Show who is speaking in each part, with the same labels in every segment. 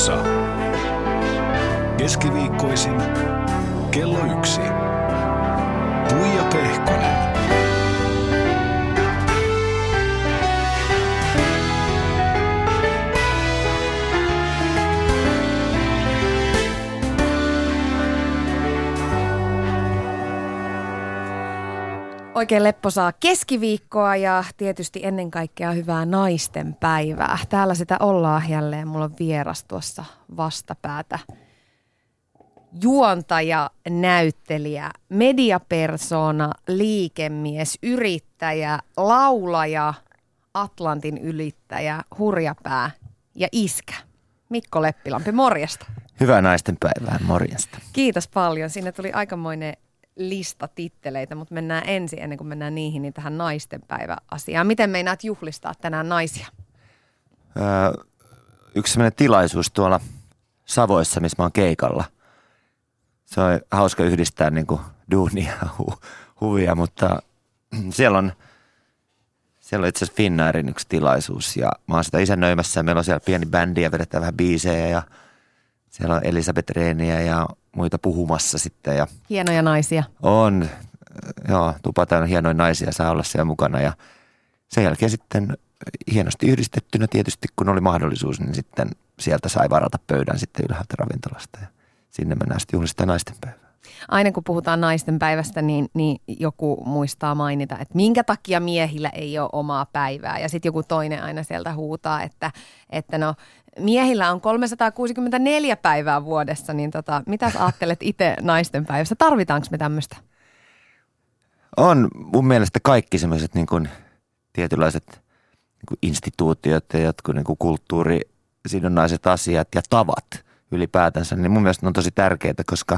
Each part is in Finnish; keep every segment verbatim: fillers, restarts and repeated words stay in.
Speaker 1: Radiossa. Keskiviikkoisin kello yksi. Tuija Pehkonen.
Speaker 2: Oikein lepposaa keskiviikkoa ja tietysti ennen kaikkea hyvää naisten päivää. Täällä sitä ollaan jälleen. Mulla on vieras tuossa vastapäätä. Juontaja, näyttelijä, mediapersona, liikemies, yrittäjä, laulaja, Atlantin ylittäjä, hurjapää ja iskä. Mikko Leppilampi, morjesta.
Speaker 3: Hyvää naisten päivää, morjesta.
Speaker 2: Kiitos paljon. Sinne tuli aikamoinen lista titteleitä, mutta mennään ensin, ennen kuin mennään niihin, niin tähän naistenpäivä-asiaan. Miten meinaat juhlistaa tänään naisia?
Speaker 3: Öö, yksi sellainen tilaisuus tuolla Savoissa, missä mä oon keikalla. Se on hauska yhdistää niin kuin duunia ja hu- huvia, mutta siellä on, siellä on itse asiassa Finnairin yksi tilaisuus ja mä oon sitä isännöimässä ja meillä on siellä pieni bändi ja vedetään vähän biisejä ja siellä on Elisabeth Rehniä ja muita puhumassa sitten. Ja
Speaker 2: hienoja naisia.
Speaker 3: On, joo, tupataan hienoja naisia, saa olla siellä mukana ja sen jälkeen sitten hienosti yhdistettynä tietysti, kun oli mahdollisuus, niin sitten sieltä sai varata pöydän sitten ylhäältä ravintolasta ja sinne mennään sitten juhlistaa naistenpäivää.
Speaker 2: Aina kun puhutaan naistenpäivästä, niin, niin joku muistaa mainita, että minkä takia miehillä ei ole omaa päivää. Ja sitten joku toinen aina sieltä huutaa, että, että no miehillä on kolmesataakuusikymmentäneljä päivää vuodessa, niin tota, mitä ajattelet itse naistenpäivästä? Tarvitaanko me tämmöistä?
Speaker 3: On mun mielestä kaikki semmoiset niin kuin tietynlaiset niin kuin instituutiot ja jotkut niin kuin kulttuurisidonnaiset asiat ja tavat ylipäätänsä, niin mun mielestä ne on tosi tärkeitä, koska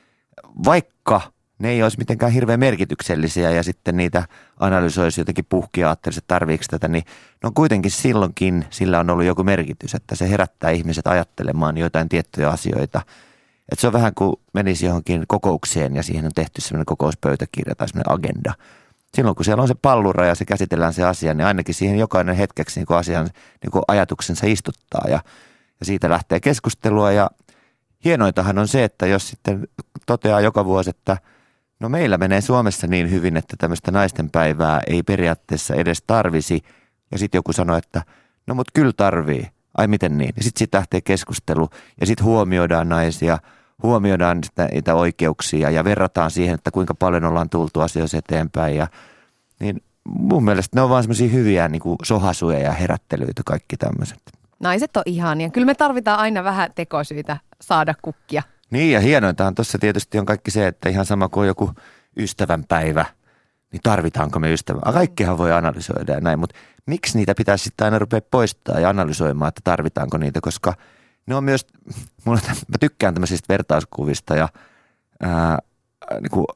Speaker 3: vaikka ne ei olisi mitenkään hirveän merkityksellisiä ja sitten niitä analysoisi jotenkin puhkia, ajattelisi, että tarviiko tätä, niin no kuitenkin silloinkin sillä on ollut joku merkitys, että se herättää ihmiset ajattelemaan jotain tiettyjä asioita. Että se on vähän kuin menisi johonkin kokoukseen ja siihen on tehty sellainen kokouspöytäkirja tai sellainen agenda. Silloin kun siellä on se pallura ja se käsitellään se asia, niin ainakin siihen jokainen hetkeksi niin kuin asian niin kuin ajatuksensa istuttaa ja, ja siitä lähtee keskustelua ja hienointahan on se, että jos sitten toteaa joka vuosi, että no meillä menee Suomessa niin hyvin, että tämmöistä naistenpäivää ei periaatteessa edes tarvisi. Ja sitten joku sanoo, että no mut kyllä tarvii. Ai miten niin? Ja sitten sit lähtee keskustelu ja sitten huomioidaan naisia, huomioidaan sitä, niitä oikeuksia ja verrataan siihen, että kuinka paljon ollaan tultu asioissa eteenpäin. Ja, niin mun mielestä ne on vaan semmoisia hyviä niin kuin sohasuja ja herättelyitä kaikki tämmöiset.
Speaker 2: Naiset on ihania. Kyllä me tarvitaan aina vähän tekosyitä saada kukkia.
Speaker 3: Niin ja hienointahan tuossa tietysti on kaikki se, että ihan sama kuin on joku ystävänpäivä, niin tarvitaanko me ystävää? Kaikkihan voi analysoida ja näin, mutta miksi niitä pitäisi sitten aina rupea poistaa ja analysoimaan, että tarvitaanko niitä, koska ne on myös, mulla, mä tykkään tämmöisistä vertauskuvista ja ää, niin kuin,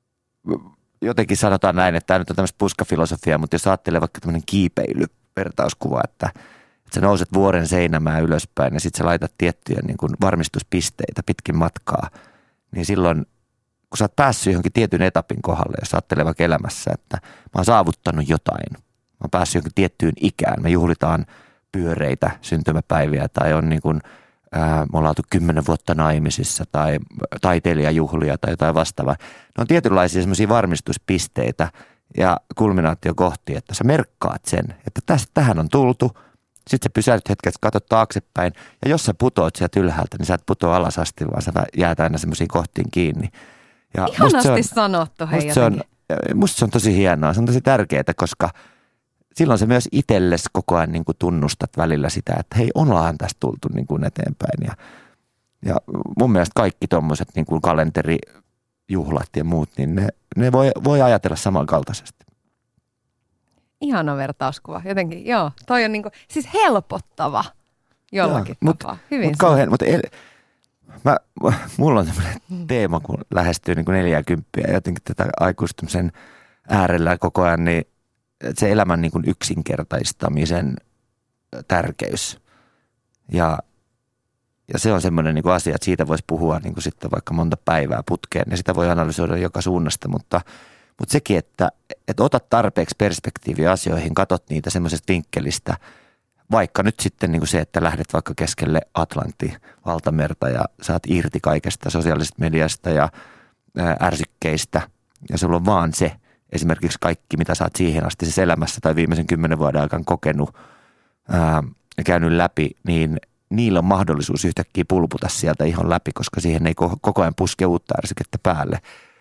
Speaker 3: jotenkin sanotaan näin, että tämä nyt on tämmöistä puskafilosofiaa, mutta jos ajattelee vaikka tämmöinen kiipeilyvertauskuva, että sä nouset vuoren seinämää ylöspäin ja sitten sä laitat tiettyjä niin kuin varmistuspisteitä pitkin matkaa, niin silloin kun sä oot päässyt johonkin tietyn etapin kohdalle, jos ajattelee vaikka elämässä, että mä oon saavuttanut jotain, mä oon päässyt johonkin tiettyyn ikään, me juhlitaan pyöreitä syntymäpäiviä tai on niin kuin, ää, me ollaan oltu kymmenen vuotta naimisissa tai taiteilijajuhlia tai jotain vastaavaa. Ne on tietynlaisia semmoisia varmistuspisteitä ja kulminaatio kohti, että sä merkkaat sen, että tästä tähän on tultu. Sitten sä pysähdyt hetkeksi, katsot taaksepäin ja jos sä putoat sieltä ylhäältä, niin sä et putoa alas asti, vaan sä jäät aina semmoisiin kohtiin kiinni. Ja
Speaker 2: ihanasti
Speaker 3: on,
Speaker 2: sanottu, hei
Speaker 3: musta se, on, musta se on tosi hienoa, se on tosi tärkeää, koska silloin sä myös itsellesi koko ajan niin kuin tunnustat välillä sitä, että hei, ollaan tästä tultu niin kuin eteenpäin. Ja, ja mun mielestä kaikki tommoset niin kuin kalenterijuhlat ja muut, niin ne, ne voi, voi ajatella samankaltaisesti.
Speaker 2: Ihana vertauskuva. Jotenkin, joo. Toi on niinku, siis helpottava jollakin
Speaker 3: joo,
Speaker 2: tapaa.
Speaker 3: Mut,
Speaker 2: Hyvin
Speaker 3: mut kauhean, mutta el, mä, mulla on tämmöinen teema, kun lähestyy niin kuin neljäkymppiä ja jotenkin tätä aikuistumisen äärellä koko ajan, niin se elämän niin kuin yksinkertaistamisen tärkeys. Ja, ja se on semmoinen niin kuin asia, että siitä voisi puhua niin kuin sitten vaikka monta päivää putkeen ja sitä voi analysoida joka suunnasta, mutta Mutta sekin, että, että otat tarpeeksi perspektiiviä asioihin, katot niitä semmoisesta vinkkelistä, vaikka nyt sitten niin kuin se, että lähdet vaikka keskelle Atlantin valtamerta ja saat irti kaikesta sosiaalisesta mediasta ja ää, ärsykkeistä ja sulla on vaan se, esimerkiksi kaikki, mitä sä oot siihen asti siis elämässä tai viimeisen kymmenen vuoden aikana kokenut ää, ja käynyt läpi, niin niillä on mahdollisuus yhtäkkiä pulputa sieltä ihan läpi, koska siihen ei koko ajan puske uutta ärsykettä päälle.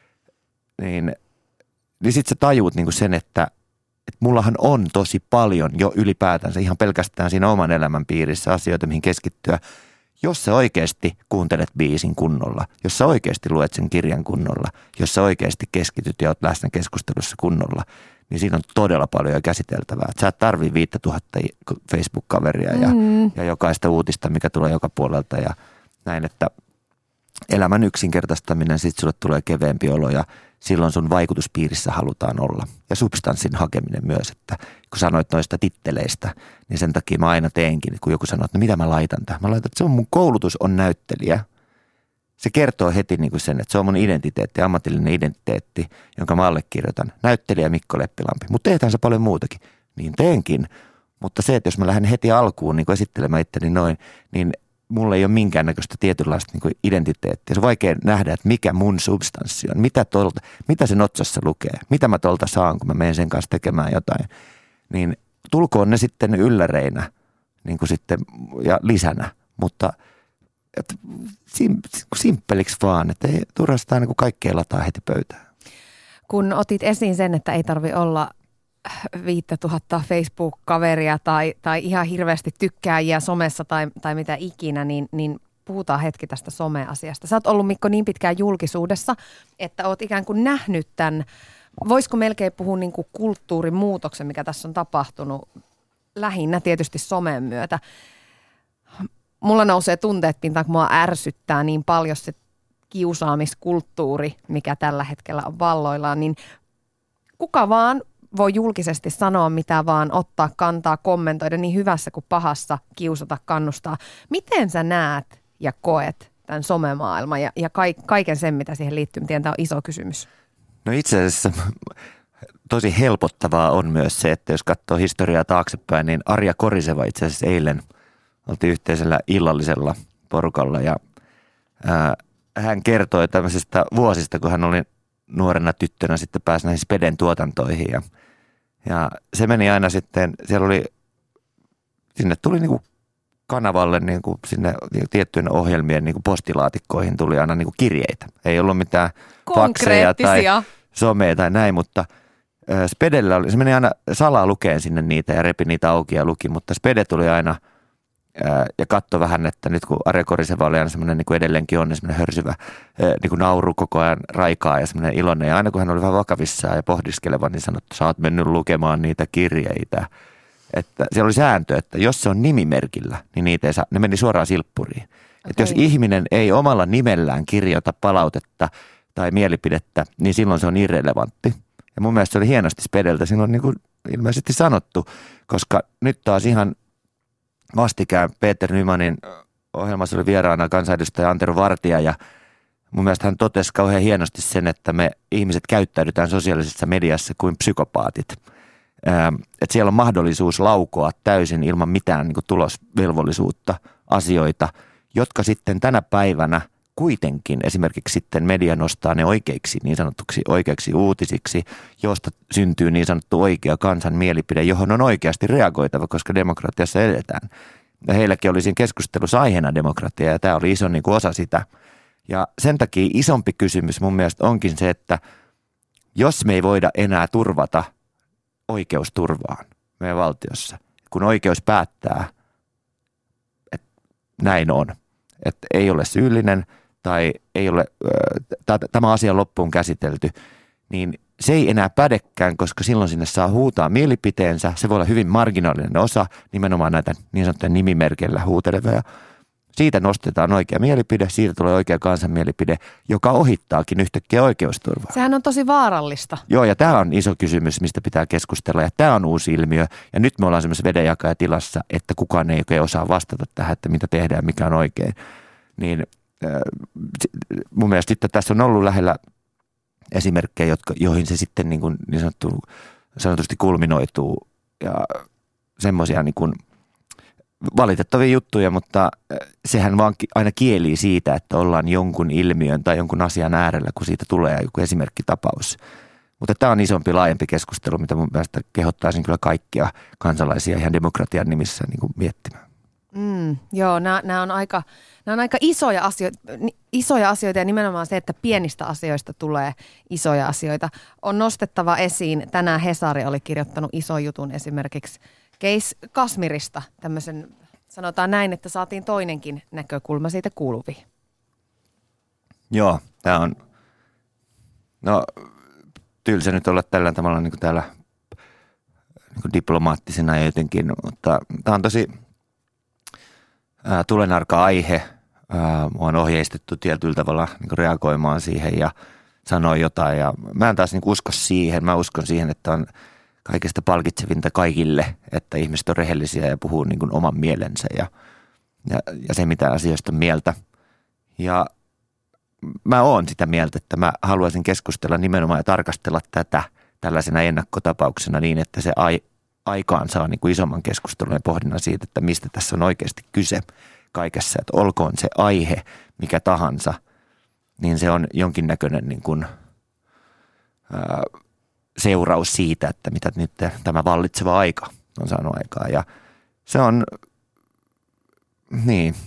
Speaker 3: Niin, niin sit sä tajuut niinku sen, että, että mullahan on tosi paljon jo ylipäätänsä ihan pelkästään siinä oman elämän piirissä asioita, mihin keskittyä. Jos sä oikeasti kuuntelet biisin kunnolla, jos sä oikeasti luet sen kirjan kunnolla, jos sä oikeasti keskityt ja oot läsnä keskustelussa kunnolla, niin siinä on todella paljon jo käsiteltävää. Et sä et tarvii viittä tuhatta Facebook-kaveria ja, mm. ja jokaista uutista, mikä tulee joka puolelta ja näin, että elämän yksinkertaistaminen, sit sulle tulee keveempi olo ja silloin sun vaikutuspiirissä halutaan olla. Ja substanssin hakeminen myös, että kun sanoit noista titteleistä, niin sen takia mä aina teenkin, kun joku sanoo, että no mitä mä laitan tähän. Mä laitan, että se on mun koulutus on näyttelijä. Se kertoo heti niin kuin sen, että se on mun identiteetti, ammatillinen identiteetti, jonka mä allekirjoitan. Näyttelijä Mikko Leppilampi. Mutta teetään se paljon muutakin. Niin teenkin. Mutta se, että jos mä lähden heti alkuun niin kuin esittelemään itteni noin, niin mulla ei ole minkäännäköistä tietynlaista niin kuin identiteettiä. Se on vaikea nähdä, että mikä mun substanssi on. Mitä, tolta, mitä sen otsassa lukee. Mitä mä tolta saan, kun mä menen sen kanssa tekemään jotain. Niin tulkoon ne sitten ylläreinä niin kuin sitten, ja lisänä. Mutta että sim, simppeliksi vaan, että ei turhastaan niin kaikkea lataa heti pöytään.
Speaker 2: Kun otit esiin sen, että ei tarvi olla viittä tuhatta Facebook-kaveria tai, tai ihan hirveästi tykkääjiä somessa tai, tai mitä ikinä, niin, niin puhutaan hetki tästä some-asiasta. Sä oot ollut, Mikko, niin pitkään julkisuudessa, että oot ikään kuin nähnyt tämän, voisiko melkein puhua niin kuin kulttuurimuutoksen, mikä tässä on tapahtunut lähinnä tietysti somen myötä. Mulla nousee tunteet pintaan, kun mua ärsyttää niin paljon se kiusaamiskulttuuri, mikä tällä hetkellä on valloillaan, niin kuka vaan voi julkisesti sanoa mitä vaan, ottaa kantaa, kommentoida niin hyvässä kuin pahassa, kiusata, kannustaa. Miten sä näet ja koet tämän somemaailman ja, ja kaiken sen, mitä siihen liittyy? Miten tämä on iso kysymys?
Speaker 3: No itse asiassa tosi helpottavaa on myös se, että jos katsoo historiaa taaksepäin, niin Arja Koriseva itse asiassa eilen oltiin yhteisellä illallisella porukalla ja ää, hän kertoi tämmöisistä vuosista, kun hän oli nuorena tyttönä sitten pääsi näihin Speden tuotantoihin ja, ja se meni aina sitten, siellä oli, sinne tuli niinku kanavalle niinku sinne tiettyjen ohjelmien niinku postilaatikkoihin tuli aina niinku kirjeitä. Ei ollut mitään fakseja tai somea tai näin, mutta ää, Spedellä oli, se meni aina salaa lukeen sinne niitä ja repi niitä auki ja luki, mutta Spede tuli aina ja katso vähän, että nyt kun Arja Koriseva oli aina semmoinen niin kuin edelleenkin on, niin semmoinen hörsyvä niin kuin nauru koko ajan raikaa ja semmoinen iloinen. Ja aina kun hän oli vähän vakavissaan ja pohdiskeleva, niin sanoi, että sä oot mennyt lukemaan niitä kirjeitä. Että siellä oli sääntö, että jos se on nimimerkillä, niin niitä ei saa, ne meni suoraan silppuriin. Okay. Että jos ihminen ei omalla nimellään kirjoita palautetta tai mielipidettä, niin silloin se on irrelevantti. Ja mun mielestä se oli hienosti Spedeltä silloin niin kuin ilmeisesti sanottu, koska nyt taas ihan vastikään Peter Nymanin ohjelmassa oli vieraana kansanedustaja Antero Vartija ja mun mielestä hän totesi kauhean hienosti sen, että me ihmiset käyttäydytään sosiaalisessa mediassa kuin psykopaatit. Että siellä on mahdollisuus laukoa täysin ilman mitään niin kuin tulosvelvollisuutta asioita, jotka sitten tänä päivänä kuitenkin esimerkiksi sitten media nostaa ne oikeiksi niin sanottuksi oikeiksi uutisiksi, josta syntyy niin sanottu oikea kansan mielipide, johon on oikeasti reagoitava, koska demokratiassa edetään. Ja heilläkin oli siinä keskustelussa aiheena demokratia ja tämä oli iso niin kuin osa sitä. Ja sen takia isompi kysymys mun mielestä onkin se, että jos me ei voida enää turvata oikeusturvaan meidän valtiossa, kun oikeus päättää, että näin on, että ei ole syyllinen tai ei ole tämä asia loppuun käsitelty, niin se ei enää pädekään, koska silloin sinne saa huutaa mielipiteensä. Se voi olla hyvin marginaalinen osa, nimenomaan näitä niin sanottuja nimimerkeillä huutelevia. Siitä nostetaan oikea mielipide, siitä tulee oikea kansanmielipide, joka ohittaakin yhtäkkiä oikeusturvaa.
Speaker 2: Sehän on tosi vaarallista.
Speaker 3: Joo, ja tämä on iso kysymys, mistä pitää keskustella, ja tämä on uusi ilmiö. Ja nyt me ollaan semmoisessa vedenjakajatilassa, että kukaan ei oikein osaa vastata tähän, että mitä tehdään, mikä on oikein. Niin mun mielestä sitten tässä on ollut lähellä esimerkkejä, jotka, joihin se sitten niin, kuin niin sanottu, sanotusti kulminoituu ja semmoisia niin kuin valitettavia juttuja, mutta sehän vaan aina kielii siitä, että ollaan jonkun ilmiön tai jonkun asian äärellä, kun siitä tulee joku esimerkkitapaus. Mutta tämä on isompi, laajempi keskustelu, mitä mun mielestä kehottaisin kyllä kaikkia kansalaisia ihan demokratian nimissä niin kuin miettimään.
Speaker 2: Mm, joo, nämä on aika, nämä on aika isoja, asioita, isoja asioita ja nimenomaan se, että pienistä asioista tulee isoja asioita. On nostettava esiin, tänään Hesari oli kirjoittanut ison jutun esimerkiksi Case Kashmirista, tämmöisen, sanotaan näin, että saatiin toinenkin näkökulma siitä kuuluviin.
Speaker 3: Joo, tämä on, no tylsä nyt olla tällä tavalla niin kuin täällä niin kuin diplomaattisena ja jotenkin, mutta tämä on tosi ää, tulenarka aihe. Ää, mua on ohjeistettu tietyllä tavalla niin kuin reagoimaan siihen ja sanoa jotain ja mä en taas niin kuin usko siihen, mä uskon siihen, että on kaikesta palkitsevinta kaikille, että ihmiset on rehellisiä ja puhuu niin kuin oman mielensä ja, ja, ja se mitä asioista on mieltä. Ja mä oon sitä mieltä, että mä haluaisin keskustella nimenomaan ja tarkastella tätä tällaisena ennakkotapauksena niin, että se ai, aikaan saa niin kuin isomman keskustelun ja pohdinnan siitä, että mistä tässä on oikeasti kyse kaikessa. Että olkoon se aihe mikä tahansa, niin se on jonkinnäköinen niin kuin, ää, seuraus siitä, että mitä nyt tämä vallitseva aika on saanut aikaa. Ja se on, niin,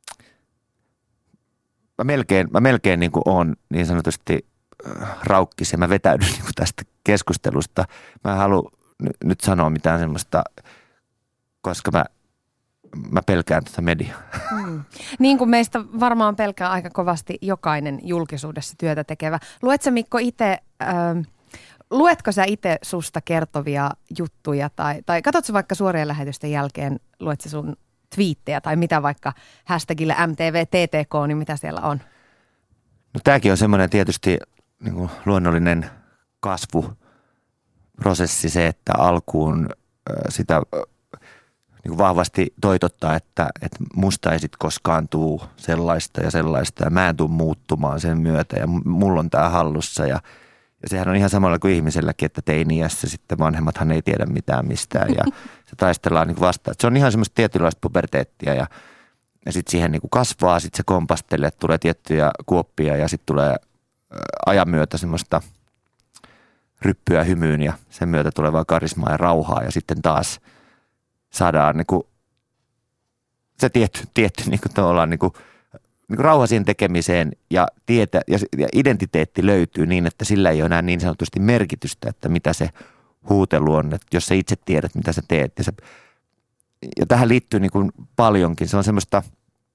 Speaker 3: mä melkein, mä melkein niin kuin oon niin sanotusti raukkis ja mä vetäydyn niin kuin tästä keskustelusta. Mä en halua n- nyt sanoa mitään semmoista, koska mä, mä pelkään tätä mediaa.
Speaker 2: Hmm. Niin kuin meistä varmaan pelkää aika kovasti jokainen julkisuudessa työtä tekevä. Luetko Mikko itse... Ähm, Luetko sä itse susta kertovia juttuja tai, tai katsotko vaikka suorien lähetysten jälkeen, luet sä sun twiittejä tai mitä vaikka hashtagillä M T V T T K, niin mitä siellä on?
Speaker 3: No tämäkin on semmoinen tietysti niin kuin luonnollinen kasvuprosessi se, että alkuun sitä niin kuin vahvasti toitottaa, että, että musta ei sit koskaan tuu sellaista ja sellaista ja mä en tuu muuttumaan sen myötä ja mulla on tää hallussa ja Ja sehän on ihan samalla kuin ihmiselläkin, että teini-iässä sitten vanhemmathan ei tiedä mitään mistään ja se taistellaan niin kuin vastaan. Se on ihan semmoista tietynlaista puberteettia ja, ja sitten siihen niin kuin kasvaa, sitten se kompastelee, että tulee tiettyjä kuoppia ja sitten tulee ajan myötä semmoista ryppyä hymyyn ja sen myötä tulevaa karismaa ja rauhaa ja sitten taas saadaan niin kuin se tietty, tietty niin kuin tavallaan niin kuin niin kuin rauha siihen tekemiseen ja, tietä, ja, ja identiteetti löytyy niin, että sillä ei ole enää niin sanotusti merkitystä, että mitä se huutelu on, että jos sä itse tiedät, mitä sä teet. Ja, sä, ja tähän liittyy niin kuin paljonkin. Se on semmoista,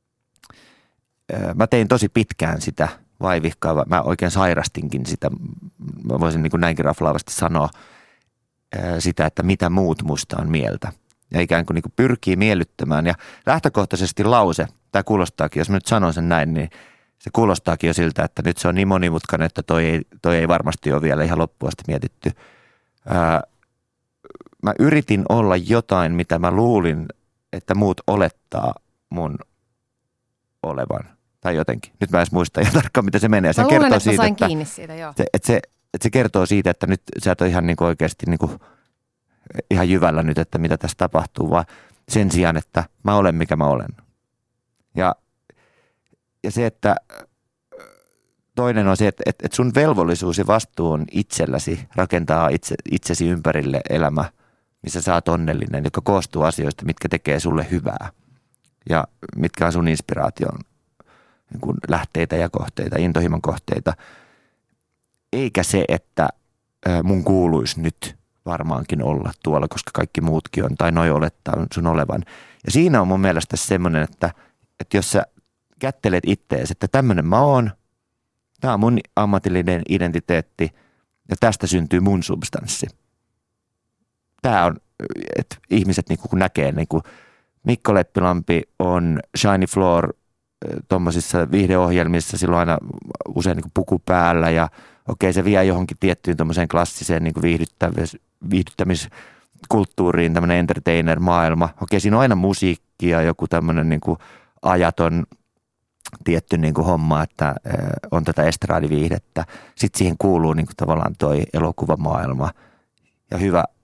Speaker 3: mä tein tosi pitkään sitä vaivihkaa, mä oikein sairastinkin sitä, mä voisin niin kuin näinkin raflaavasti sanoa sitä, että mitä muut musta on mieltä. Ja ikään kuin, niin kuin pyrkii miellyttämään ja lähtökohtaisesti lause, tämä kuulostaakin, jos mä nyt sanon sen näin, niin se kuulostaakin jo siltä, että nyt se on niin monimutkainen, että toi ei, toi ei varmasti ole vielä ihan loppuun asti mietitty. Ää, mä yritin olla jotain, mitä mä luulin, että muut olettaa mun olevan. Tai jotenkin. Nyt mä en edes muista ihan tarkkaan, mitä se menee. Se
Speaker 2: mä luulen,
Speaker 3: kertoo
Speaker 2: että
Speaker 3: siitä,
Speaker 2: mä sain
Speaker 3: että,
Speaker 2: kiinni siitä, joo.
Speaker 3: Se, että, se, että se kertoo siitä, että nyt sä et ole ihan niin kuin oikeasti niin kuin ihan jyvällä nyt, että mitä tässä tapahtuu, vaan sen sijaan, että mä olen mikä mä olen. Ja, ja se, että toinen on se, että, että sun velvollisuus ja vastuu on itselläsi rakentaa itse, itsesi ympärille elämä, missä sä oot onnellinen, joka koostuu asioista, mitkä tekee sulle hyvää ja mitkä on sun inspiraation niin kuin lähteitä ja kohteita, intohimon kohteita. Eikä se, että mun kuuluisi nyt varmaankin olla tuolla, koska kaikki muutkin on, tai noi olettaa sun olevan. Ja siinä on mun mielestä semmoinen, että, että jos sä kättelet ittees, että tämmöinen mä oon, tää on mun ammatillinen identiteetti, ja tästä syntyy mun substanssi. Tää on, että ihmiset niinku kun näkee, niinku Mikko Leppilampi on Shiny Floor tuommoisissa viihdeohjelmissa, silloin aina usein niinku puku päällä, ja okei, se vie johonkin tiettyyn tuommoiseen klassiseen niinku viihdyttämis, viihdyttämiskulttuuriin, tämmöinen entertainer-maailma. Okei, siinä on aina musiikkia, joku tämmöinen niinku ajaton tietty niinku homma, että on tätä estraadiviihdettä. Sitten siihen kuuluu niinku tavallaan toi elokuvamaailma ja hyvä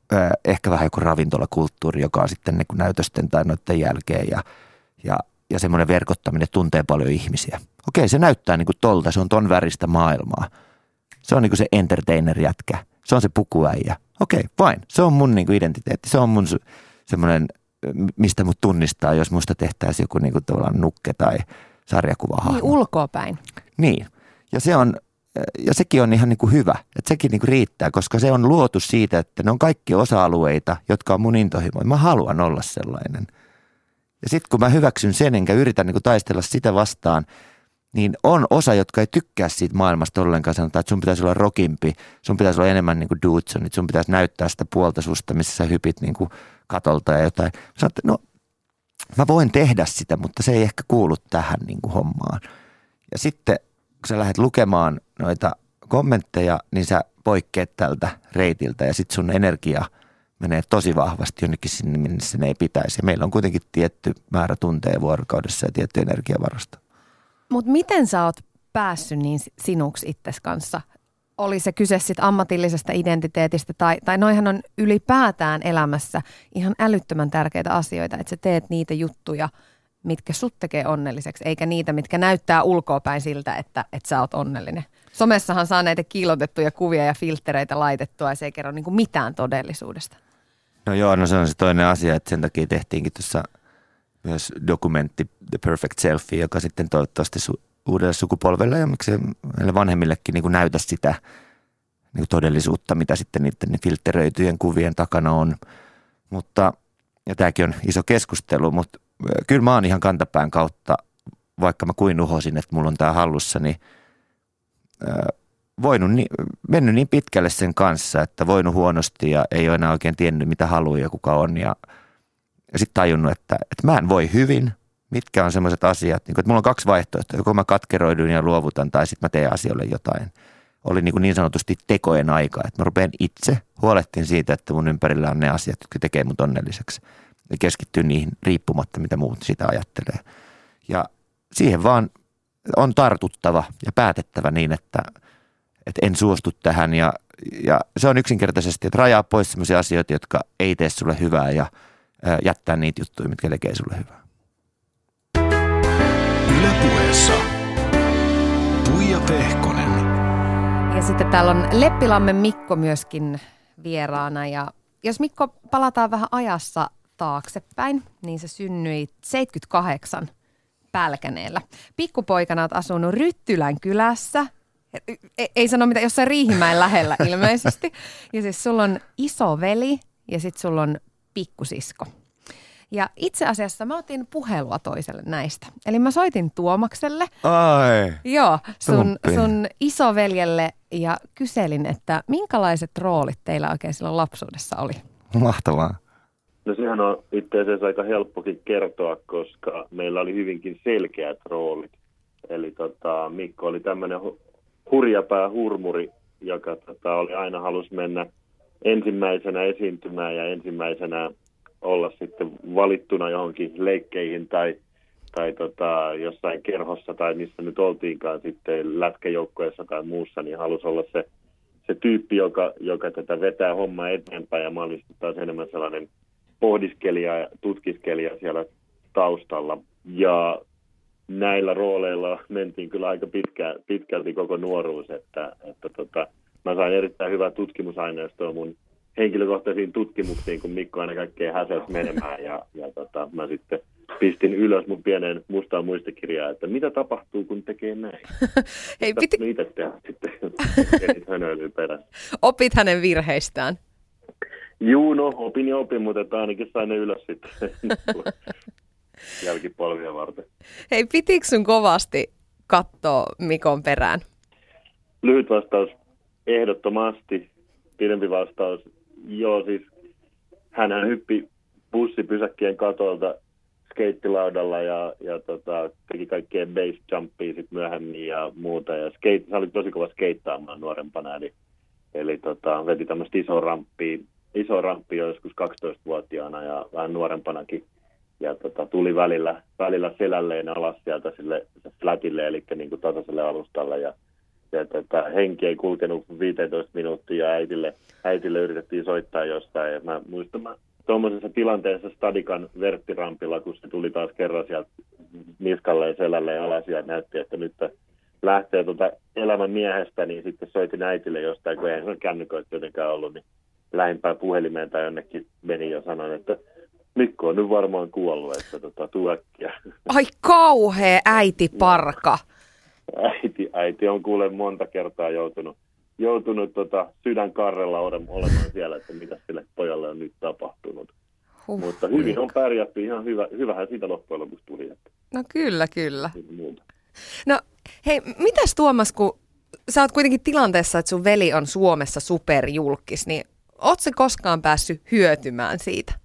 Speaker 3: ö, ehkä vähän joku ravintolakulttuuri, joka on sitten niin kuin näytösten tai noiden jälkeen ja, ja, ja semmoinen verkottaminen tuntee paljon ihmisiä. Okei, se näyttää niin kuin tolta, se on ton väristä maailmaa. Se on niin kuin se entertainer-jätkä, se on se pukuäijä. Okei, fine, se on mun niin kuin identiteetti, se on mun semmoinen, mistä mut tunnistaa, jos musta tehtäisiin joku niin kuin tavallaan nukke tai sarjakuvahahmo.
Speaker 2: Niin, ulkoapäin.
Speaker 3: Niin, ja se on, ja sekin on ihan niin kuin hyvä, että sekin niin kuin riittää, koska se on luotu siitä, että ne on kaikki osa-alueita, jotka on mun intohimoja. Mä haluan olla sellainen. Ja sitten kun mä hyväksyn sen, enkä yritän niin kuin taistella sitä vastaan, niin on osa, jotka ei tykkää siitä maailmasta ollenkaan. Sanotaan, että sun pitäisi olla rockimpi, sun pitäisi olla enemmän niin kuin Dudesonit, sun pitäisi näyttää sitä puolta susta, missä sä hypit niin kuin katolta ja jotain. Sanoit, että no, mä voin tehdä sitä, mutta se ei ehkä kuulu tähän niin kuin hommaan. Ja sitten kun sä lähdet lukemaan noita kommentteja, niin sä poikkeat tältä reitiltä ja sitten sun energia menee tosi vahvasti jonnekin sinne, minne sen ei pitäisi. Ja meillä on kuitenkin tietty määrä tunteja vuorokaudessa ja tietty energiavarasto.
Speaker 2: Mutta miten sä oot päässyt niin sinuksi itses kanssa? Oli se kyse sitten ammatillisesta identiteetistä tai, tai noihan on ylipäätään elämässä ihan älyttömän tärkeitä asioita, että sä teet niitä juttuja, mitkä sut tekee onnelliseksi, eikä niitä, mitkä näyttää ulkoapäin siltä, että, että sä oot onnellinen. Somessahan saa näitä kiilotettuja kuvia ja filtreitä laitettua ja se ei kerro niin kuin mitään todellisuudesta. No
Speaker 3: joo, no se on se toinen asia, että sen takia tehtiinkin tuossa myös dokumentti The Perfect Selfie, joka sitten toivottavasti su- uudelle sukupolvelle ja miksi meille vanhemmillekin niin kuin näytä sitä niin kuin todellisuutta, mitä sitten niiden filtteröityjen kuvien takana on. Mutta, ja tämäkin on iso keskustelu, mutta kyllä mä oon ihan kantapään kautta, vaikka mä kuin uhosin, että mulla on tää hallussa, niin voinut niin, mennyt niin pitkälle sen kanssa, että voinut huonosti ja ei ole enää oikein tiennyt, mitä haluaa ja kuka on. Ja, ja sitten tajunnut, että, että mä en voi hyvin, mitkä on sellaiset asiat, niin kuin, että mulla on kaksi vaihtoehtoa, joko mä katkeroidun ja luovutan tai sitten mä teen asioille jotain. Oli niin, kuin niin sanotusti tekojen aika, että mä rupean itse huolehtiin siitä, että mun ympärillä on ne asiat, jotka tekee mut onnelliseksi. Ja keskittyy niihin riippumatta, mitä muut sitä ajattelee. Ja siihen vaan on tartuttava ja päätettävä niin, että, että en suostu tähän. Ja, ja se on yksinkertaisesti, että rajaa pois sellaisia asioita, jotka ei tee sulle hyvää ja ää, jättää niitä juttuja, mitkä tekee sulle hyvää.
Speaker 1: Yle Puheessa Tuija Pehkonen.
Speaker 2: Ja sitten täällä on Leppilammen Mikko myöskin vieraana. Ja jos Mikko palataan vähän ajassa taaksepäin, niin se synnyi seitsemänkymmentäkahdeksan Pälkäneellä. Pikkupoikana olet asunut Ryttylän kylässä, ei, ei sano mitä, jossain Riihimäen lähellä ilmeisesti. Ja siis sulla on isoveli ja sitten sulla on pikkusisko. Ja itse asiassa mä otin puhelua toiselle näistä. Eli mä soitin Tuomakselle.
Speaker 3: Ai.
Speaker 2: Joo, sun, sun isoveljelle ja kyselin, että minkälaiset roolit teillä oikein silloin lapsuudessa oli?
Speaker 3: Mahtavaa.
Speaker 4: No sehän on itse asiassa aika helppokin kertoa, koska meillä oli hyvinkin selkeät roolit. Eli tota, Mikko oli tämmöinen hu- hurjapää hurmuri, joka tota, oli aina halus mennä ensimmäisenä esiintymään ja ensimmäisenä olla sitten valittuna johonkin leikkeihin tai, tai tota, jossain kerhossa tai missä nyt oltiinkaan sitten lätkäjoukkueessa tai muussa, niin halusi olla se, se tyyppi, joka, joka tätä vetää hommaa eteenpäin ja mä olin sitten taas enemmän sellainen pohdiskelija ja tutkiskelija siellä taustalla. Ja näillä rooleilla mentiin kyllä aika pitkä, pitkälti koko nuoruus, että, että tota, mä sain erittäin hyvää tutkimusaineistoa mun henkilökohtaisiin tutkimuksiin, kun Mikko aina kaikkea häsäsi menemään ja, ja tota, mä sitten pistin ylös mun pieneen mustaan muistikirjaan, että mitä tapahtuu, kun tekee näin.
Speaker 2: Hei, piti...
Speaker 4: itse tehdä sitten hönöilyä perässä.
Speaker 2: Opit hänen virheistään.
Speaker 4: Juu, no opin ja opin, mutta että ainakin sain ne ylös sitten jälkipolvia varten.
Speaker 2: Hei, pitikö sun kovasti katsoa Mikon perään?
Speaker 4: Lyhyt vastaus, ehdottomasti. Pidempi vastaus, joo siis hänhän hyppi bussipysäkkien katolta skeittilaudalla ja, ja tota, teki kaikkea base jumpia sitten myöhemmin ja muuta. Ja skate, hän oli tosi kova skeittaamaan nuorempana, eli, eli tota, veti tämmöistä isoa ramppia, iso ramppia joskus kaksitoistavuotiaana ja vähän nuorempanakin. Ja tota, tuli välillä, välillä selälleen alas sieltä sille flatille, eli niin kuin tasaiselle alustalle ja että, että henki ei kulkenut viisitoista minuuttia ja äitille, äitille yritettiin soittaa jostain. Ja mä muistan, mä tuommoisessa tilanteessa Stadikan verttirampilla, kun se tuli taas kerran sieltä niskalle ja selälle ja alas ja näytti, että nyt lähtee tuota elämän miehestä, niin sitten soitin äitille jostain, kun eihän se kännyköitä jotenkaan ollut, niin lähimpään puhelimeen tai jonnekin meni ja sanoin, että Mikko on nyt varmaan kuollut, että tota, tuu äkkiä.
Speaker 2: Ai kauhea äitiparka.
Speaker 4: Äiti, äiti on kuule monta kertaa joutunut, joutunut tota, sydänkarrella olemaan siellä, että mitä sille pojalle on nyt tapahtunut. Huh, Mutta hyvin on pärjätty, ihan hyvä, hyvähän siitä loppujen lopuksi tuli. Että
Speaker 2: no kyllä, kyllä. No hei, mitäs Tuomas, kun sä oot kuitenkin tilanteessa, että sun veli on Suomessa superjulkis, niin oot sä koskaan päässyt hyötymään siitä?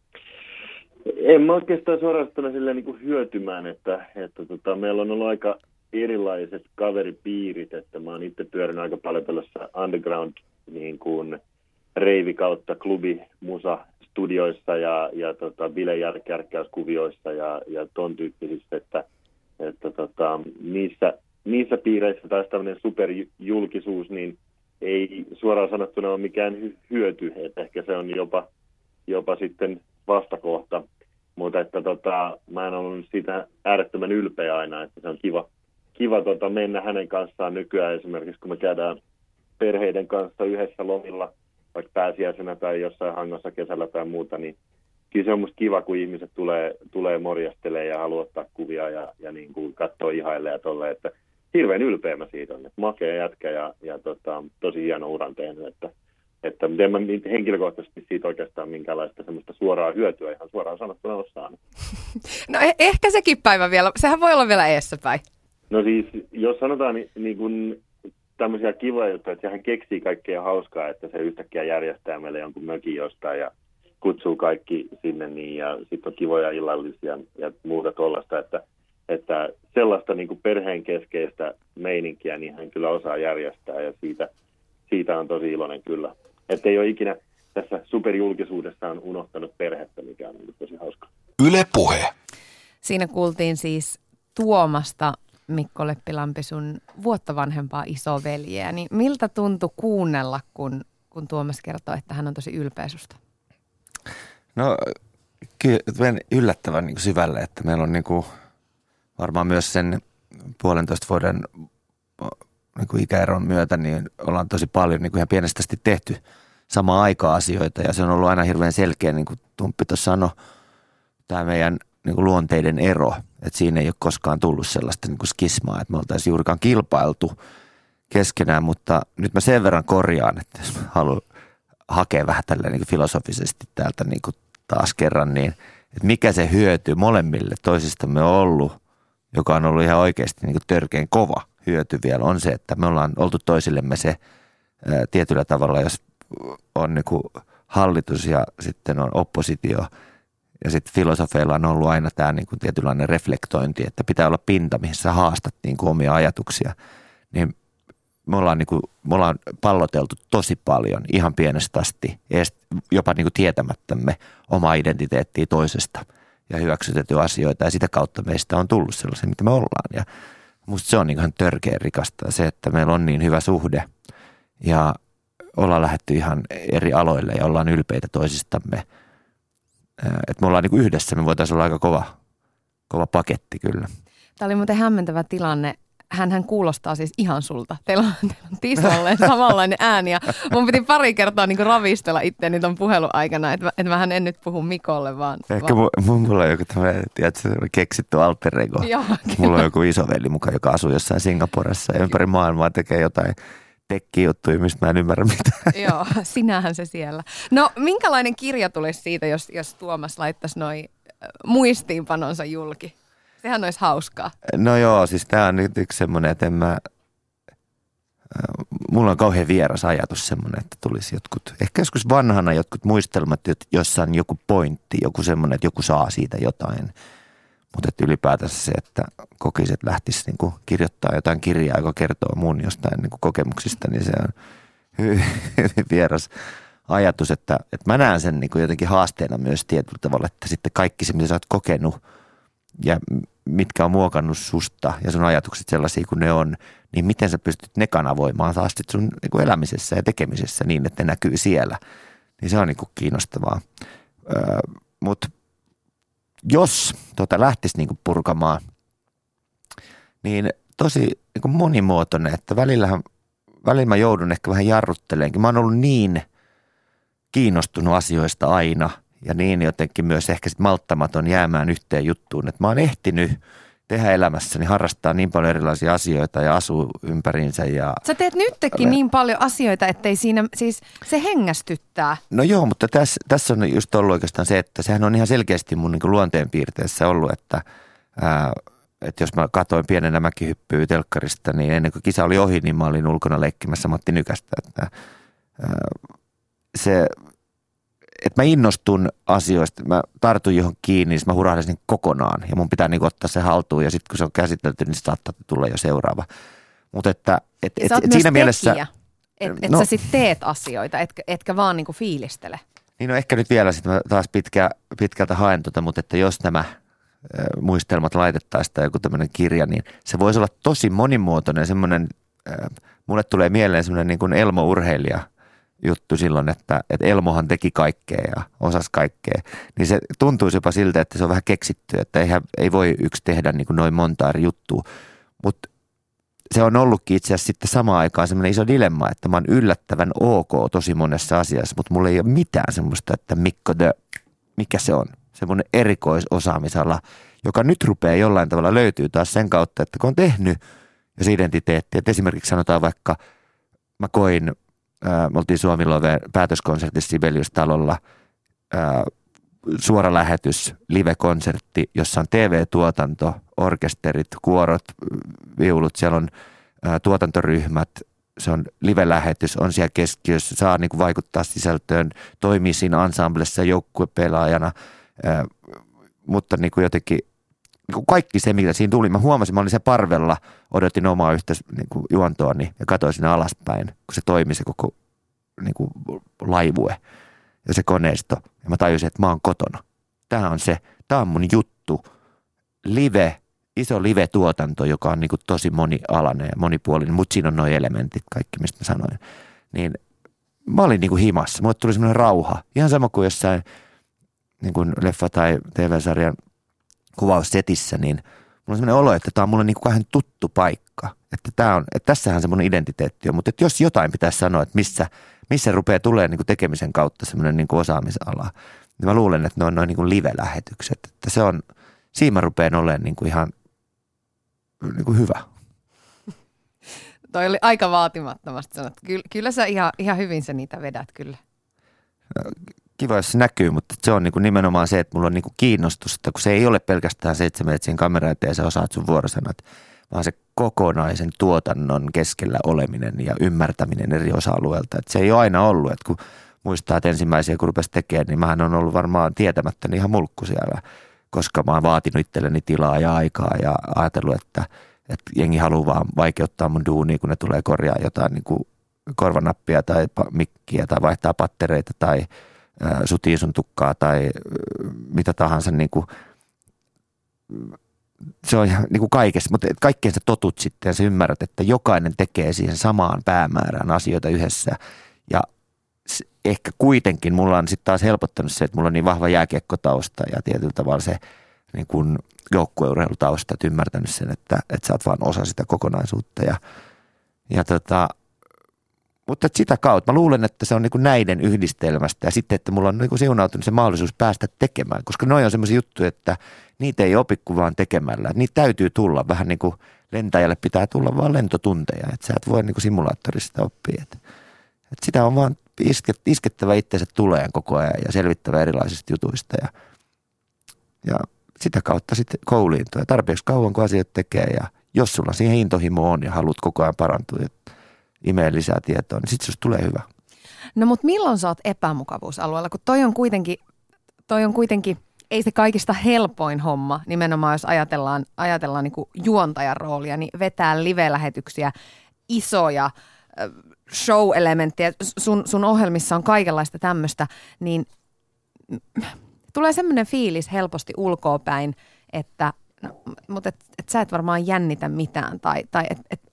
Speaker 4: En mä oikeastaan suorastaan silleen niin kuin hyötymään, että, että tota, meillä on ollut aika erilaiset kaveripiirit, että mä oon itse pyörinyt aika paljon tällaisessa underground niin kuin reivi kautta klubi musa studioissa ja, ja tota, bilejärkkäyskuvioissa ja, ja ton tyyppisissä, että, että tota, niissä, niissä piireissä taas tämmöinen superjulkisuus, niin ei suoraan sanottuna ole mikään hyöty, että ehkä se on jopa, jopa sitten vastakohta, mutta että tota, mä en ollut siitä äärettömän ylpeä aina, että se on kiva, kiva tota, mennä hänen kanssaan nykyään esimerkiksi, kun me käydään perheiden kanssa yhdessä lomilla, vaikka pääsiäisenä tai jossain hangossa kesällä tai muuta, niin kyllä se on musta kiva, kun ihmiset tulee, tulee morjastelemaan ja haluaa ottaa kuvia ja, ja niin kuin katsoa ihaille ja tolleen, että hirveän ylpeä mä siitä on, että makea jätkä ja, ja tota, tosi hieno uran tehnyt, että Että en mä henkilökohtaisesti siitä oikeastaan minkäänlaista semmoista suoraa hyötyä ihan suoraan sanottuna ole saanut.
Speaker 2: No eh- ehkä sekin päivä vielä, sehän voi olla vielä eessäpäin.
Speaker 4: No siis, jos sanotaan niin, niin kuin tämmöisiä kivoja juttuja, että hän keksii kaikkea hauskaa, että se yhtäkkiä järjestää meille jonkun mökin jostain ja kutsuu kaikki sinne niin ja sitten on kivoja illallisia ja muuta tuollaista, että, että sellaista niin kuin perheen keskeistä meininkiä niin hän kyllä osaa järjestää ja siitä, siitä on tosi iloinen kyllä. Että ei ole ikinä tässä superjulkisuudessaan unohtanut perhettä, mikä on tosi hauska.
Speaker 1: Yle Puhe.
Speaker 2: Siinä kuultiin siis Tuomasta, Mikko Leppilampi, sun vuotta vanhempaa isoveljeä. Niin miltä tuntui kuunnella, kun, kun Tuomas kertoo, että hän on tosi ylpeä susta?
Speaker 3: No kyllä yllättävän niin kuin syvälle, että meillä on niin kuin, varmaan myös sen puolentoista vuoden niin kuin ikäeron myötä, niin ollaan tosi paljon niin kuin ihan pienestä asti tehty samaan aikaan asioita ja se on ollut aina hirveän selkeä, niin kuin Tumppi tuossa sanoi, tämä meidän niin kuin luonteiden ero, että siinä ei ole koskaan tullut sellaista niin kuin skismaa, että me oltaisiin juurikaan kilpailtu keskenään, mutta nyt mä sen verran korjaan, että jos mä haluan hakea vähän tälleen niin kuin filosofisesti täältä niin kuin taas kerran, niin että mikä se hyöty molemmille toisistamme on ollut, joka on ollut ihan oikeasti niin kuin törkeän kova hyöty vielä, on se, että me ollaan oltu toisillemme se ää, tietyllä tavalla, jos on niin kuin hallitus ja sitten on oppositio ja sitten filosofeilla on ollut aina tämä niin kuin tietynlainen reflektointi, että pitää olla pinta, mihin sä haastat niin kuin omia ajatuksia, niin me ollaan, niin kuin, me ollaan palloteltu tosi paljon ihan pienestä asti, jopa niin kuin tietämättämme omaa identiteettiä toisesta ja hyväksytetty asioita ja sitä kautta meistä on tullut sellaisia, mitä me ollaan ja musta se on ihan törkeä rikasta se, että meillä on niin hyvä suhde ja ollaan lähdetty ihan eri aloille ja ollaan ylpeitä toisistamme. Että me ollaan niin kuin yhdessä, me voitaisiin olla aika kova, kova paketti kyllä. Tämä
Speaker 2: oli muuten hämmentävä tilanne. Hänhän kuulostaa siis ihan sulta. Teillä on, teillä on tismalleen samanlainen ääni ja mun piti pari kertaa niin kuin ravistella itseäni ton puhelun aikana, että, että mähän en nyt puhu Mikolle vaan.
Speaker 3: Ehkä vaan. Mulla on joku tämmöinen, tiedätkö, keksitty alter ego. Joo, mulla on joku isoveli mukaan, joka asuu jossain Singaporessa ja ympäri maailmaa tekee jotain tekki-juttuja, mistä mä en ymmärrä mitään.
Speaker 2: Joo, sinähän se siellä. No minkälainen kirja tulisi siitä, jos, jos Tuomas laittaisi noi muistiinpanonsa julki? Sehän olisi hauskaa.
Speaker 3: No joo, siis tämä on nyt yksi semmoinen, että en mä, mulla on kauhean vieras ajatus semmoinen, että tulisi jotkut, ehkä joskus vanhana jotkut muistelmat, jossa on joku pointti, joku semmoinen, että joku saa siitä jotain. Mutta että ylipäätänsä se, että kokisi, että lähtisi niin kuin kirjoittaa jotain kirjaa, joka kertoo mun jostain niin kuin kokemuksista, niin se on hyvin, hyvin vieras ajatus, että, että mä näen sen niin kuin jotenkin haasteena myös tietyllä tavalla, että sitten kaikki se, mitä sä oot kokenut ja mitkä on muokannut susta ja sun ajatukset sellaisia kuin ne on, niin miten sä pystyt ne kanavoimaan taas sit sun niin kuin elämisessä ja tekemisessä niin, että ne näkyy siellä. Niin se on niin kuin kiinnostavaa. Öö, Mutta jos tota lähtisi niin kuin purkamaan, niin tosi niin kuin monimuotoinen, että välillähän, välillä mä joudun ehkä vähän jarrutteleenkin. Mä oon ollut niin kiinnostunut asioista aina ja niin jotenkin myös ehkä sit malttamaton jäämään yhteen juttuun, että mä oon ehtinyt tehdä elämässäni, harrastaa niin paljon erilaisia asioita ja asuu ympäriinsä. Ja
Speaker 2: sä teet nytkin niin paljon asioita, ettei siinä, siis se hengästyttää.
Speaker 3: No joo, mutta tässä, tässä on just ollut oikeastaan se, että sehän on ihan selkeästi mun niin kuin luonteenpiirteessä ollut, että, ää, että jos mä katsoin pienenä mäkihyppyä telkkarista, niin ennen kuin kisa oli ohi, niin mä olin ulkona leikkimässä Matti Nykästä. Että, ää, se, että mä innostun asioista, mä tartun johon kiinni, niin mä hurahdaisin kokonaan ja mun pitää niin ottaa se haltuun ja sitten kun se on käsitelty, niin saattaa tulla jo seuraava. Mutta että et, et, et siinä mielessä
Speaker 2: että et no, sä sitten teet asioita, etkä, etkä vaan niinku fiilistele.
Speaker 3: Niin no ehkä nyt vielä sitten mä taas pitkä, pitkältä haen tota, mutta että jos nämä äh, muistelmat laitettaisiin tai joku tämmöinen kirja, niin se voisi olla tosi monimuotoinen semmoinen, äh, mulle tulee mieleen semmoinen niin kuin Elmo-urheilija juttu silloin, että, että Elmohan teki kaikkea ja osasi kaikkea, niin se tuntuisi jopa siltä, että se on vähän keksitty, että eihän, ei voi yksi tehdä niin kuin noin monta eri juttua, mutta se on ollutkin itse asiassa sitten samaan aikaan semmoinen iso dilemma, että mä oon yllättävän ok tosi monessa asiassa, mutta mulla ei ole mitään semmoista, että Mikko the, mikä se on, semmoinen erikoisosaamisala, joka nyt rupeaa jollain tavalla löytyy taas sen kautta, että kun on tehnyt jos identiteetti, että esimerkiksi sanotaan vaikka, mä koin, ää, me oltiin Suomi-Loven päätöskonsertissa Sibelius-talolla, ää, suora lähetys, live-konsertti, jossa on T V-tuotanto, orkesterit, kuorot, viulut, siellä on ä, tuotantoryhmät, se on live-lähetys, on siellä keskiössä, saa niin kuin vaikuttaa sisältöön, toimii siinä ensemblessa joukkuepelaajana, ä, mutta niin kuin jotenkin niin kuin kaikki se, mitä siinä tuli, mä huomasin, mä olin se parvella, odotin omaa yhtä niin kuin juontoani ja katsoin sinne alaspäin, kun se toimi se koko niin kuin laivue ja se koneisto. Ja mä tajusin, että mä oon kotona. Tää on se, tää on mun juttu. Live, iso live-tuotanto, joka on niinku tosi monialainen ja monipuolinen, mutta siinä on nuo elementit, kaikki mistä mä sanoin. Niin mä olin niinku himassa. Mulle tuli semmoinen rauha. Ihan sama kuin jossain niin kuin leffa- tai T V-sarjan kuvaussetissä, niin mulla on semmoinen olo, että tää on mulle niinku kahden tuttu paikka. Että, tää on, että tässähän se mun identiteetti on. Mutta että jos jotain pitäisi sanoa, että missä missä rupeaa tulemaan niin kuin tekemisen kautta semmoinen niin kuin osaamisala. Niin mä luulen, että ne on noin niin kuin live-lähetykset. Että se on, siinä mä rupean olemaan niin kuin ihan niin kuin hyvä.
Speaker 2: Toi oli aika vaatimattomasti sanottu. Kyllä, kyllä sä ihan, ihan hyvin sä niitä vedät kyllä.
Speaker 3: Kiva, jos se näkyy, mutta se on niin kuin nimenomaan se, että mulla on niin kuin kiinnostusta, kun se ei ole pelkästään se, että sä menet siihen kameraan eteen ja sä osaat sun vuorosanat, vaan se kokonaisen tuotannon keskellä oleminen ja ymmärtäminen eri osa-alueelta. Että se ei ole aina ollut, että kun muistaa, että ensimmäisiä kun rupesi tekemään, niin mähän on ollut varmaan tietämättä ihan mulkku siellä, koska mä oon vaatinut itselleni tilaa ja aikaa ja ajatellut, että, että jengi haluaa vaan vaikeuttaa mun duunia, kun ne tulee korjaa jotain niin kuin korvanappia tai mikkiä tai vaihtaa pattereita tai ää, sutii sun tukkaa tai mitä tahansa niin kuin, se on ihan niin kuin kaikessa, mutta kaikkeen sä totut sitten ja sä ymmärrät, että jokainen tekee siihen samaan päämäärään asioita yhdessä. Ja ehkä kuitenkin mulla on sitten taas helpottanut se, että mulla on niin vahva jääkiekkotausta ja tietyllä tavalla se niin kuin joukkueurheilutausta, että ymmärtänyt sen, että, että sä oot vaan osa sitä kokonaisuutta. Ja, ja tota, mutta sitä kautta mä luulen, että se on niin kuin näiden yhdistelmästä ja sitten, että mulla on niin kuin siunautunut se mahdollisuus päästä tekemään, koska noi on semmoisia juttuja, että niitä ei opi kuin vaan tekemällä. Niitä täytyy tulla. Vähän niin kuin lentäjälle pitää tulla vaan lentotunteja. Että sä et voi niin kuin simulaattorista oppia. Että, että sitä on vaan isket, iskettävä itsensä tuleen koko ajan ja selvittävä erilaisista jutuista. Ja, ja sitä kautta sitten kouliintua. Ja tarpeeksi kauan kun asiat tekee. Ja jos sulla siihen intohimo on ja haluat koko ajan parantua ja imee lisää tietoa, niin sitten susta tulee hyvä.
Speaker 2: No mutta milloin sä oot epämukavuusalueella? Kun toi on kuitenkin, toi on kuitenkin ei se kaikista helpoin homma, nimenomaan jos ajatellaan, ajatellaan niin kuin juontajan roolia, niin vetää live-lähetyksiä, isoja show-elementtejä, sun, sun ohjelmissa on kaikenlaista tämmöistä, niin tulee semmoinen fiilis helposti ulkoapäin, että no, mutta et, et sä et varmaan jännitä mitään, tai, tai että et,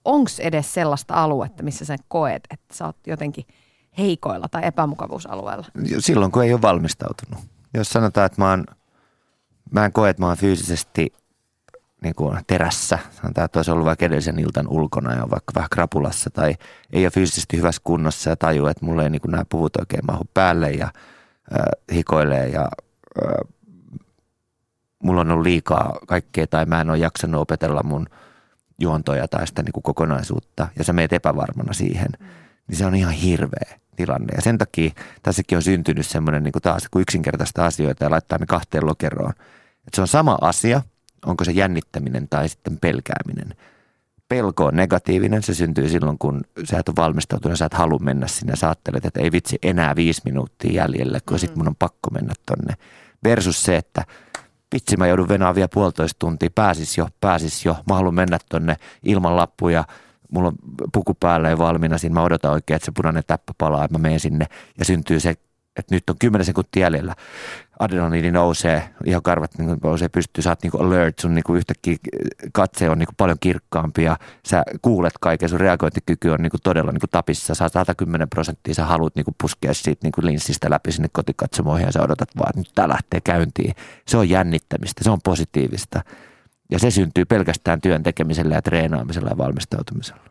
Speaker 2: onko edes sellaista aluetta, missä sä koet, että sä oot jotenkin heikoilla tai epämukavuusalueella?
Speaker 3: Silloin, kun ei ole valmistautunut. Jos sanotaan, että mä, oon, mä en koe, että mä oon fyysisesti niin kuin terässä. Sanotaan, että olisi ollut vaikka edellisen iltan ulkona ja on vaikka vähän krapulassa tai ei ole fyysisesti hyvässä kunnossa ja tajuu, että mulla ei niin kuin nämä puvut oikein mahu päälle ja äh, hikoilee ja äh, mulla on ollut liikaa kaikkea tai mä en ole jaksanut opetella mun juontoja tai sitä niin kuin kokonaisuutta ja sä meet epävarmana siihen, mm. niin se on ihan hirveä tilanne. Ja sen takia tässäkin on syntynyt semmoinen niin kuin taas, kun yksinkertaista asioita ja laittaa ne kahteen lokeroon. Että se on sama asia, onko se jännittäminen tai sitten pelkääminen. Pelko on negatiivinen, se syntyy silloin, kun sä et ole valmistautunut, sä et halua mennä sinne, sä ajattelet, että ei vitsi enää viisi minuuttia jäljellä, kun mm. sit mun on pakko mennä tonne. Versus se, että vitsi mä joudun venaan vielä puolitoista tuntia, pääsis jo, pääsis jo, mä haluan mennä tonne ilman lappuja, mulla on puku päällä ja valmiina siinä, mä odotan oikein, että se punainen täppä palaa, että mä menen sinne ja syntyy se, että nyt on kymmenen sekuntia jäljellä. Adrenaliini nousee, ihan karvat niin nousee pystyy, sä oot niin kuin alert, sun niin kuin yhtäkkiä katse on niin kuin paljon kirkkaampi ja sä kuulet kaiken, sun reagointikyky on niin kuin todella niin kuin tapissa. Sä sata kymmenen prosenttia, sä haluat niin kuin puskea siitä niin kuin linssistä läpi sinne kotikatsomoihin ja sä odotat vaan, että nyt tää lähtee käyntiin. Se on jännittämistä, se on positiivista ja se syntyy pelkästään työn tekemisellä ja treenaamisella ja valmistautumisella.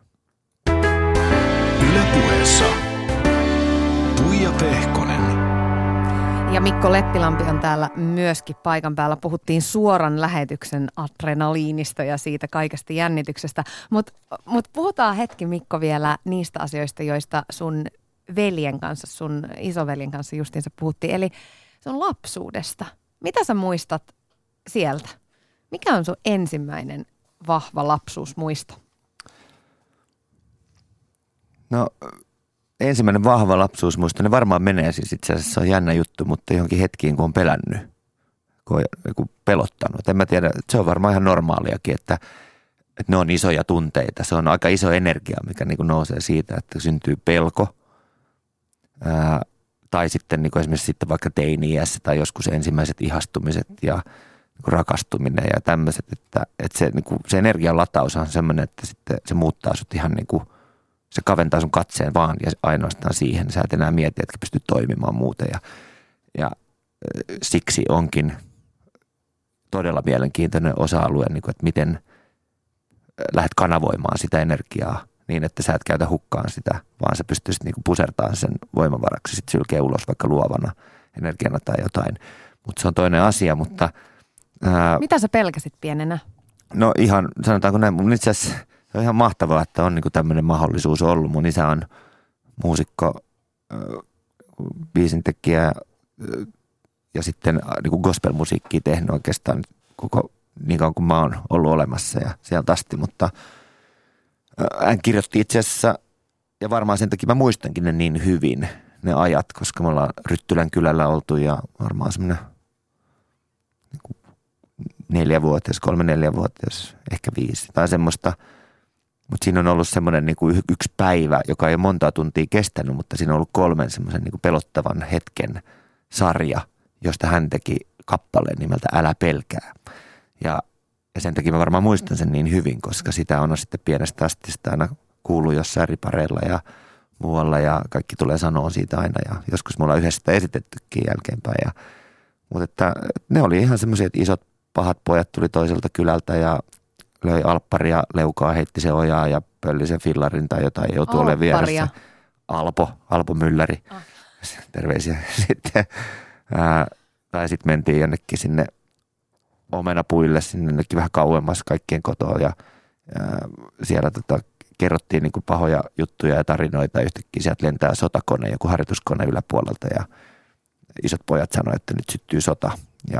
Speaker 1: Yle Puheessa Tuija Pehkonen.
Speaker 2: Ja Mikko Leppilampi on täällä myöskin paikan päällä. Puhuttiin suoran lähetyksen adrenaliinista ja siitä kaikesta jännityksestä. Mutta mut puhutaan hetki, Mikko, vielä niistä asioista, joista sun veljen kanssa, sun isoveljen kanssa justiinsa puhuttiin. Eli sun lapsuudesta. Mitä sä muistat sieltä? Mikä on sun ensimmäinen vahva lapsuusmuisto? No... Ensimmäinen vahva lapsuusmuisto, ne varmaan menee siis itse asiassa, se on jännä juttu, mutta johonkin hetkiin, kun on pelännyt, kun on joku pelottanut. En mä tiedä, se on varmaan ihan normaaliakin, että, että ne on isoja tunteita. Se on aika iso energia, mikä niin kuin nousee siitä, että syntyy pelko. Ää, tai sitten niin kuin esimerkiksi sitten vaikka teini-iässä tai joskus ensimmäiset ihastumiset ja niin kuin rakastuminen ja tämmöiset. Että, että se, niin kuin, se energian lataus on semmoinen, että sitten se muuttaa sut ihan niin kuin se kaventaa sun katseen vaan ja ainoastaan siihen. Sä et enää mieti, etkä pysty toimimaan muuten. Ja, ja siksi onkin todella mielenkiintoinen osa-alue, että miten lähdet kanavoimaan sitä energiaa niin, että sä et käytä hukkaan sitä, vaan sä pystyisit niin pusertamaan sen voimavaraksi. Sitten sylkee ulos vaikka luovana energiana tai jotain. Mutta se on toinen asia, mutta... Ää, mitä sä pelkäsit pienenä?
Speaker 3: No ihan, sanotaanko näin, mun itse asiassa... Se on ihan mahtavaa, että on niinku tämmöinen mahdollisuus ollut. Mun isä on muusikko, biisintekijä ja sitten niinku gospelmusiikkia tehnyt oikeastaan koko niin kauan kuin mä oon ollut olemassa ja sieltä asti. Mutta hän kirjoitti itse asiassa, ja varmaan sen takia mä muistankin ne niin hyvin, ne ajat, koska me ollaan Ryttylän kylällä oltu ja varmaan semmoinen niinku neljävuotias, kolme neljävuotias, ehkä viisi tai semmoista. Mutta siinä on ollut semmoinen niinku yksi päivä, joka ei ole montaa tuntia kestänyt, mutta siinä on ollut kolmen semmoisen niinku pelottavan hetken sarja, josta hän teki kappaleen nimeltä Älä pelkää. Ja, ja sen takia mä varmaan muistan sen niin hyvin, koska sitä on sitten pienestä asti sitä aina kuullut jossain ripareilla ja muualla ja kaikki tulee sanoa siitä aina. Ja joskus me ollaan yhdessä sitä esitettykin jälkeenpäin. Ja, mutta että ne oli ihan semmoisia, että isot pahat pojat tuli toiselta kylältä ja löi alpparia leukaa, heitti se ojaa ja pölli sen fillarin tai jotain, joutui olemaan vieressä. Alpo, Alpo Mylläri. Ah. Terveisiä sitten. Ää, tai sitten mentiin jonnekin sinne omenapuille, sinne vähän kauemmas kaikkien kotoa ja ää, siellä tota, kerrottiin niin kuin pahoja juttuja ja tarinoita ja yhtäkkiä sieltä lentää sotakone, joku harjoituskone yläpuolelta ja isot pojat sanoivat, että nyt syttyy sota ja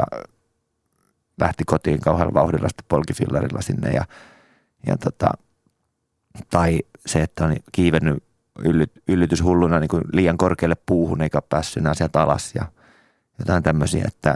Speaker 3: lähti kotiin kauhealla vauhdilla sitten polkifillarilla sinne ja, ja tota, tai se, että on kiivennyt yllyt, yllytyshulluna niin kuin liian korkealle puuhun eikä päässyt enää sieltä alas ja jotain tämmöisiä, että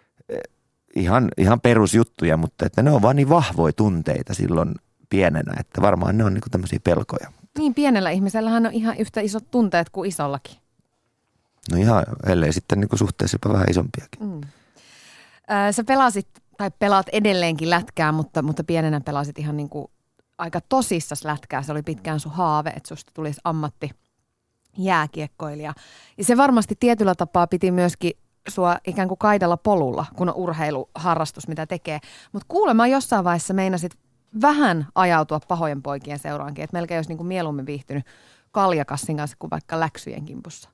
Speaker 3: ihan, ihan perusjuttuja, mutta että ne on vaan niin vahvoja tunteita silloin pienenä, että varmaan ne on niin kuin tämmöisiä pelkoja.
Speaker 2: Niin pienellä ihmisellähän on ihan yhtä isot tunteet kuin isollakin.
Speaker 3: No ihan, ellei sitten niin kuin suhteessa jopa vähän isompiakin. Mm.
Speaker 2: Sä pelasit tai pelaat edelleenkin lätkää, mutta, mutta pienenä pelasit ihan niin kuin aika tosissas lätkää. Se oli pitkään sun haave, että susta tulisi ammatti jääkiekkoilija. Ja se varmasti tietyllä tapaa piti myöskin sua ikään kuin kaidalla polulla, kun on urheiluharrastus, mitä tekee. Mutta kuulemma jossain vaiheessa meinasit vähän ajautua pahojen poikien seuraankin, että melkein olisi niin kuin mieluummin viihtynyt kaljakassin kanssa kuin vaikka läksyjen kimpussa.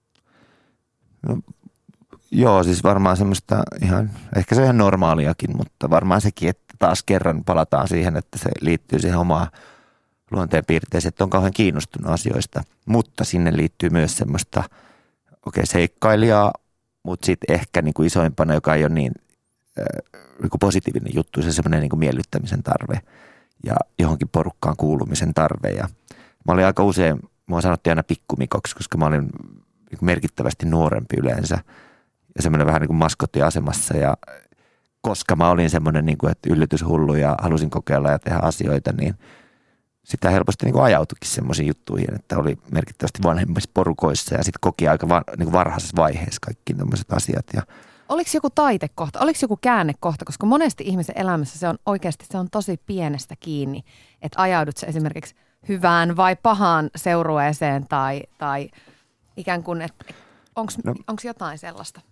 Speaker 3: No, joo, siis varmaan semmoista ihan, ehkä se on ihan normaaliakin, mutta varmaan sekin, että taas kerran palataan siihen, että se liittyy siihen omaan luonteenpiirteeseen, että on kauhean kiinnostunut asioista, mutta sinne liittyy myös semmoista, okei, okay, seikkailijaa, mutta sitten ehkä niin kuin isoimpana, joka ei ole niin, äh, niin kuin positiivinen juttu, se semmoinen niin kuin miellyttämisen tarve ja johonkin porukkaan kuulumisen tarve. Ja mä olin aika usein, mua sanottiin aina pikkumikoksi, koska mä olin niin kuin merkittävästi nuorempi yleensä ja semmoinen vähän niin kuin maskottiasemassa. Ja koska mä olin semmoinen, niin kuin, että yllätyshullu ja halusin kokeilla ja tehdä asioita, niin sitä helposti niin kuin ajautuikin semmoisiin juttuihin, että oli merkittävästi vanhemmissa porukoissa ja sitten koki aika va, niin kuin varhaisessa vaiheessa kaikki tämmöiset asiat. Ja
Speaker 2: oliko joku taitekohta, oliko joku käännekohta, koska monesti ihmisen elämässä se on oikeasti se on tosi pienestä kiinni, että ajaudut se esimerkiksi hyvään vai pahaan seurueeseen tai, tai ikään kuin, että onko no, jotain sellaista?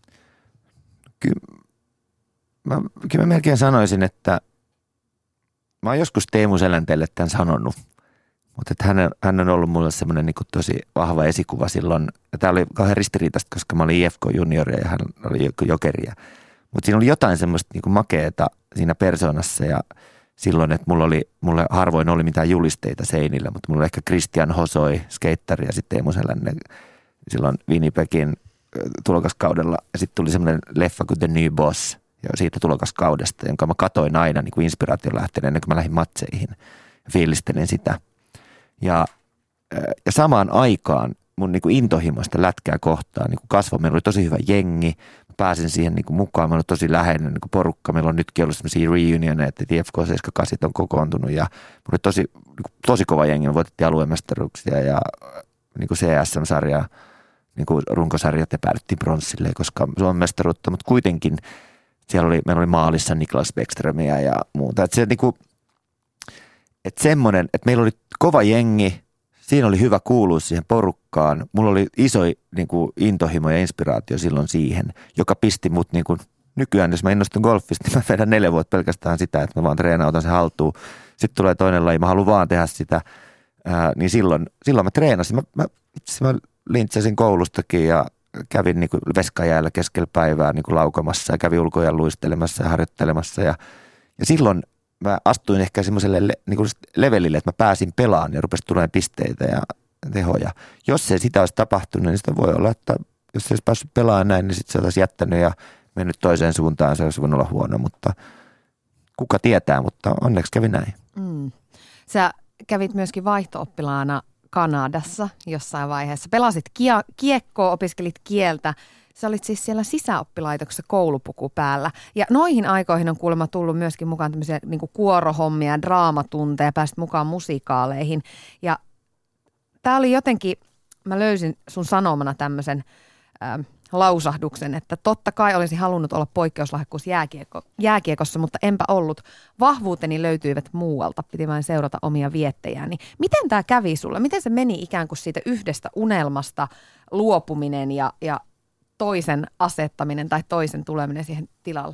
Speaker 3: Kyllä mä, kyllä mä melkein sanoisin, että mä oon joskus Teemu Selänteelle tämän sanonut, mutta että hän, hän on ollut mulle semmoinen niin kuin tosi vahva esikuva silloin. Tämä oli kauhean ristiriitaista, koska mä olin I F K-junioria ja hän oli jokeria. Mutta siinä oli jotain semmoista niin kuin makeeta siinä persoonassa ja silloin, että mulla oli, mulle harvoin oli mitään julisteita seinillä, mutta mulla oli ehkä Christian Hosoi, skeittari ja sitten Teemu Selänne silloin Winnipegin tulokaskaudella. Ja sitten tuli semmoinen leffa kuin The New Boss ja siitä tulokaskaudesta, jonka mä katoin aina niin kuin inspiraation lähteen ennen kuin mä lähdin matseihin ja fiilistelin sitä. Ja, ja samaan aikaan mun niin kuin intohimoista lätkää kohtaan niin kuin kasvoi. Meillä oli tosi hyvä jengi. Mä pääsin siihen niin kuin mukaan. Meillä oli tosi läheinen niin kuin porukka. Meillä on nytkin ollut sellaisia reunioneita, että I F K seitsemänkymmentäkahdeksan on kokoontunut. Ja mulla oli tosi, niin kuin, tosi kova jengi. Me voitettiin aluemestaruuksia ja niin kuin C S M-sarjaa, niin kuin runkosarjat ja päädyttiin bronssille, koska Suomen mestaruutta. Mutta kuitenkin siellä oli, meillä oli maalissa Niklas Bäckströmiä ja muuta. Että se niin kuin, että semmoinen, että meillä oli kova jengi, siinä oli hyvä kuulua siihen porukkaan. Mulla oli iso niin kuin, intohimo ja inspiraatio silloin siihen, joka pisti mut niin kuin, nykyään, jos mä innostun golfista, niin mä vedän neljä vuotta pelkästään sitä, että mä vaan treenaan, otan sen haltuun. Sitten tulee toinen laji, mä haluan vaan tehdä sitä. Ää, niin silloin, silloin mä treenasin. Mä, mä, itse mä lintsasin koulustakin ja kävin niin kuin veskajäällä keskellä päivää niin kuin laukamassa ja kävin ulkoja luistelemassa ja harjoittelemassa. Ja, ja silloin mä astuin ehkä semmoiselle le, niin kuin levelille, että mä pääsin pelaamaan ja rupesi tulemaan pisteitä ja tehoja. Jos ei sitä olisi tapahtunut, niin sitä voi olla, että jos se olisi päässyt pelaamaan näin, niin sitten se olisi jättänyt ja mennyt toiseen suuntaan. Se olisi voinut olla huono, mutta kuka tietää, mutta onneksi kävi näin.
Speaker 2: Mm. Sä kävit myöskin vaihto-oppilaana Kanadassa jossain vaiheessa. Pelasit kia- kiekkoa, opiskelit kieltä. Sä olit siis siellä sisäoppilaitoksessa koulupuku päällä. Ja noihin aikoihin on kuulemma tullut myöskin mukaan tämmöisiä niin kuin kuorohommia, draamatunteja, pääsit mukaan musikaaleihin. Ja tää oli jotenkin, mä löysin sun sanomana tämmöisen äh, lausahduksen, että totta kai olisin halunnut olla poikkeuslahjakkuus jääkiekko, jääkiekossa, mutta enpä ollut. Vahvuuteni löytyivät muualta, piti vain seurata omia viettejäni. Miten tämä kävi sulle? Miten se meni ikään kuin siitä yhdestä unelmasta luopuminen ja, ja toisen asettaminen tai toisen tuleminen siihen tilalle?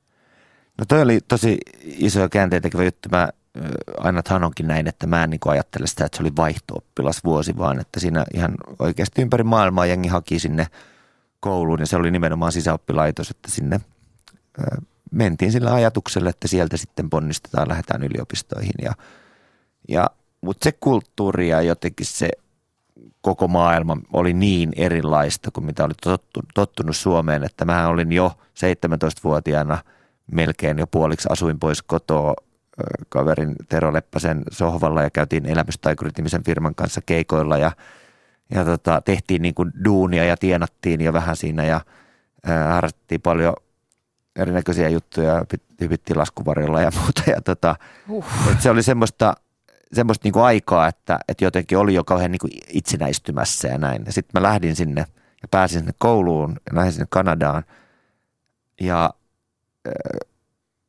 Speaker 3: No toi oli tosi iso ja käänteentekevä juttu. Mä aina sanonkin näin, että mä en niin ajattele sitä, että se oli vaihto-oppilasvuosi, vaan että siinä ihan oikeasti ympäri maailmaa jengi haki sinne kouluun ja se oli nimenomaan sisäoppilaitos, että sinne ö, mentiin sillä ajatuksella, että sieltä sitten ponnistetaan, lähdetään yliopistoihin. Ja, ja, mutta se kulttuuri ja jotenkin se koko maailma oli niin erilaista kuin mitä oli tottunut, tottunut Suomeen, että mä olin jo seitsemäntoistavuotiaana melkein jo puoliksi asuin pois kotoa kaverin Tero Leppäsen sohvalla ja käytiin Elämystaikurit-nimisen firman kanssa keikoilla ja, ja tota, tehtiin niin kuin duunia ja tienattiin jo vähän siinä ja ää, harrastettiin paljon erinäköisiä juttuja, hypittiin laskuvarjolla ja muuta. Ja tota, uh. se oli semmoista, semmoista niin kuin aikaa, että, että jotenkin oli jo kauhean niin kuin itsenäistymässä ja näin. Ja sitten mä lähdin sinne ja pääsin sinne kouluun ja lähdin sinne Kanadaan ja ää,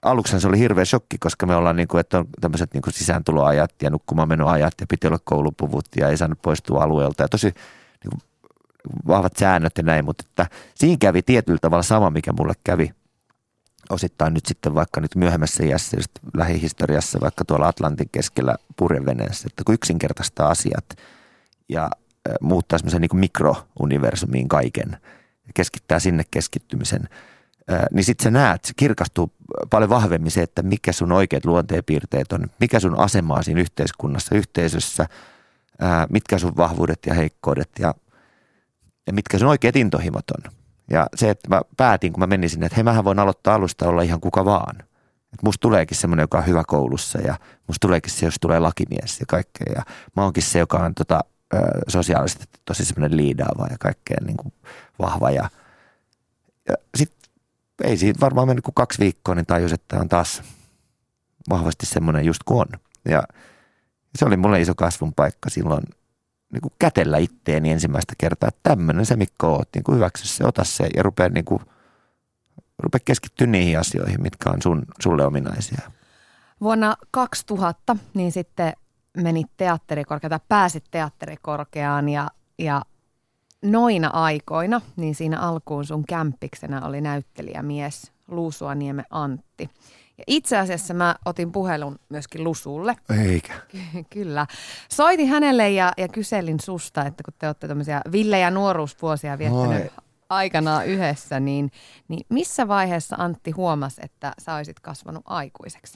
Speaker 3: aluksi se oli hirveä shokki, koska me ollaan niin kuin, että on tämmöiset niin kuin sisääntuloajat ja nukkumaanmenoajat ja piti olla koulupuvut ja ei saanut poistua alueelta ja tosi niin kuin, vahvat säännöt ja näin, mutta että siinä kävi tietyllä tavalla sama, mikä mulle kävi osittain nyt sitten vaikka nyt myöhemmässä iässä, just lähihistoriassa, vaikka tuolla Atlantin keskellä purjeveneessä, että kun yksinkertaistaa asiat ja muuttaa semmoisen niin kuin mikrouniversumiin kaiken ja keskittää sinne keskittymisen, niin sitten sä näet, se kirkastuu paljon vahvemmin se, että mikä sun oikeat luonteenpiirteet on, mikä sun asemaa siinä yhteiskunnassa, yhteisössä, mitkä sun vahvuudet ja heikkoudet ja, ja mitkä sun oikeat intohimot on. Ja se, että mä päätin, kun mä menin sinne, että hei, mähän voin aloittaa alusta olla ihan kuka vaan. Että musta tuleekin semmoinen, joka on hyvä koulussa ja musta tuleekin se, jos tulee lakimies ja kaikkea. Ja mä oonkin se, joka on tota, sosiaalisesti tosi semmoinen liidaava ja kaikkea niin kuin vahva. Ja, ja sitten ei siitä varmaan mennyt kuin kaksi viikkoa, niin tajus, että on taas vahvasti semmoinen just kuin on. Ja se oli mulle iso kasvun paikka silloin niin kuin kätellä itteeni ensimmäistä kertaa, että tämmöinen se Mikko oot, niin kuin hyväksy se, ota se ja rupea, niin kuin, rupea keskittyä niihin asioihin, mitkä on sun, sulle ominaisia.
Speaker 2: Vuonna kaksituhatta niin sitten menit teatterikorkeaan tai pääsit teatterikorkeaan ja, ja noina aikoina, niin siinä alkuun sun kämppiksenä oli näyttelijämies Luusuaniemen Antti. Ja itse asiassa mä otin puhelun myöskin Lusulle.
Speaker 3: Eikä.
Speaker 2: Kyllä. Soitin hänelle ja, ja kyselin susta, että kun te olette tämmöisiä villejä nuoruusvuosia viettänyt Oi. aikanaan yhdessä, niin, niin missä vaiheessa Antti huomasi, että sä olisit kasvanut aikuiseksi?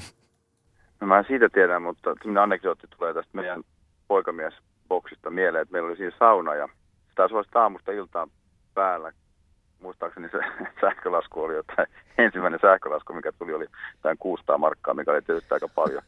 Speaker 5: No mä en siitä tiedä, mutta semmoinen anekdootti tulee tästä meidän poikamiesboksista mieleen, että meillä oli siinä sauna ja se taisi olla aamusta iltaan päällä. Muistaakseni se sähkölasku oli jotain, ensimmäinen sähkölasku, mikä tuli, oli jotain kuusisataa markkaa, mikä oli tietysti aika paljon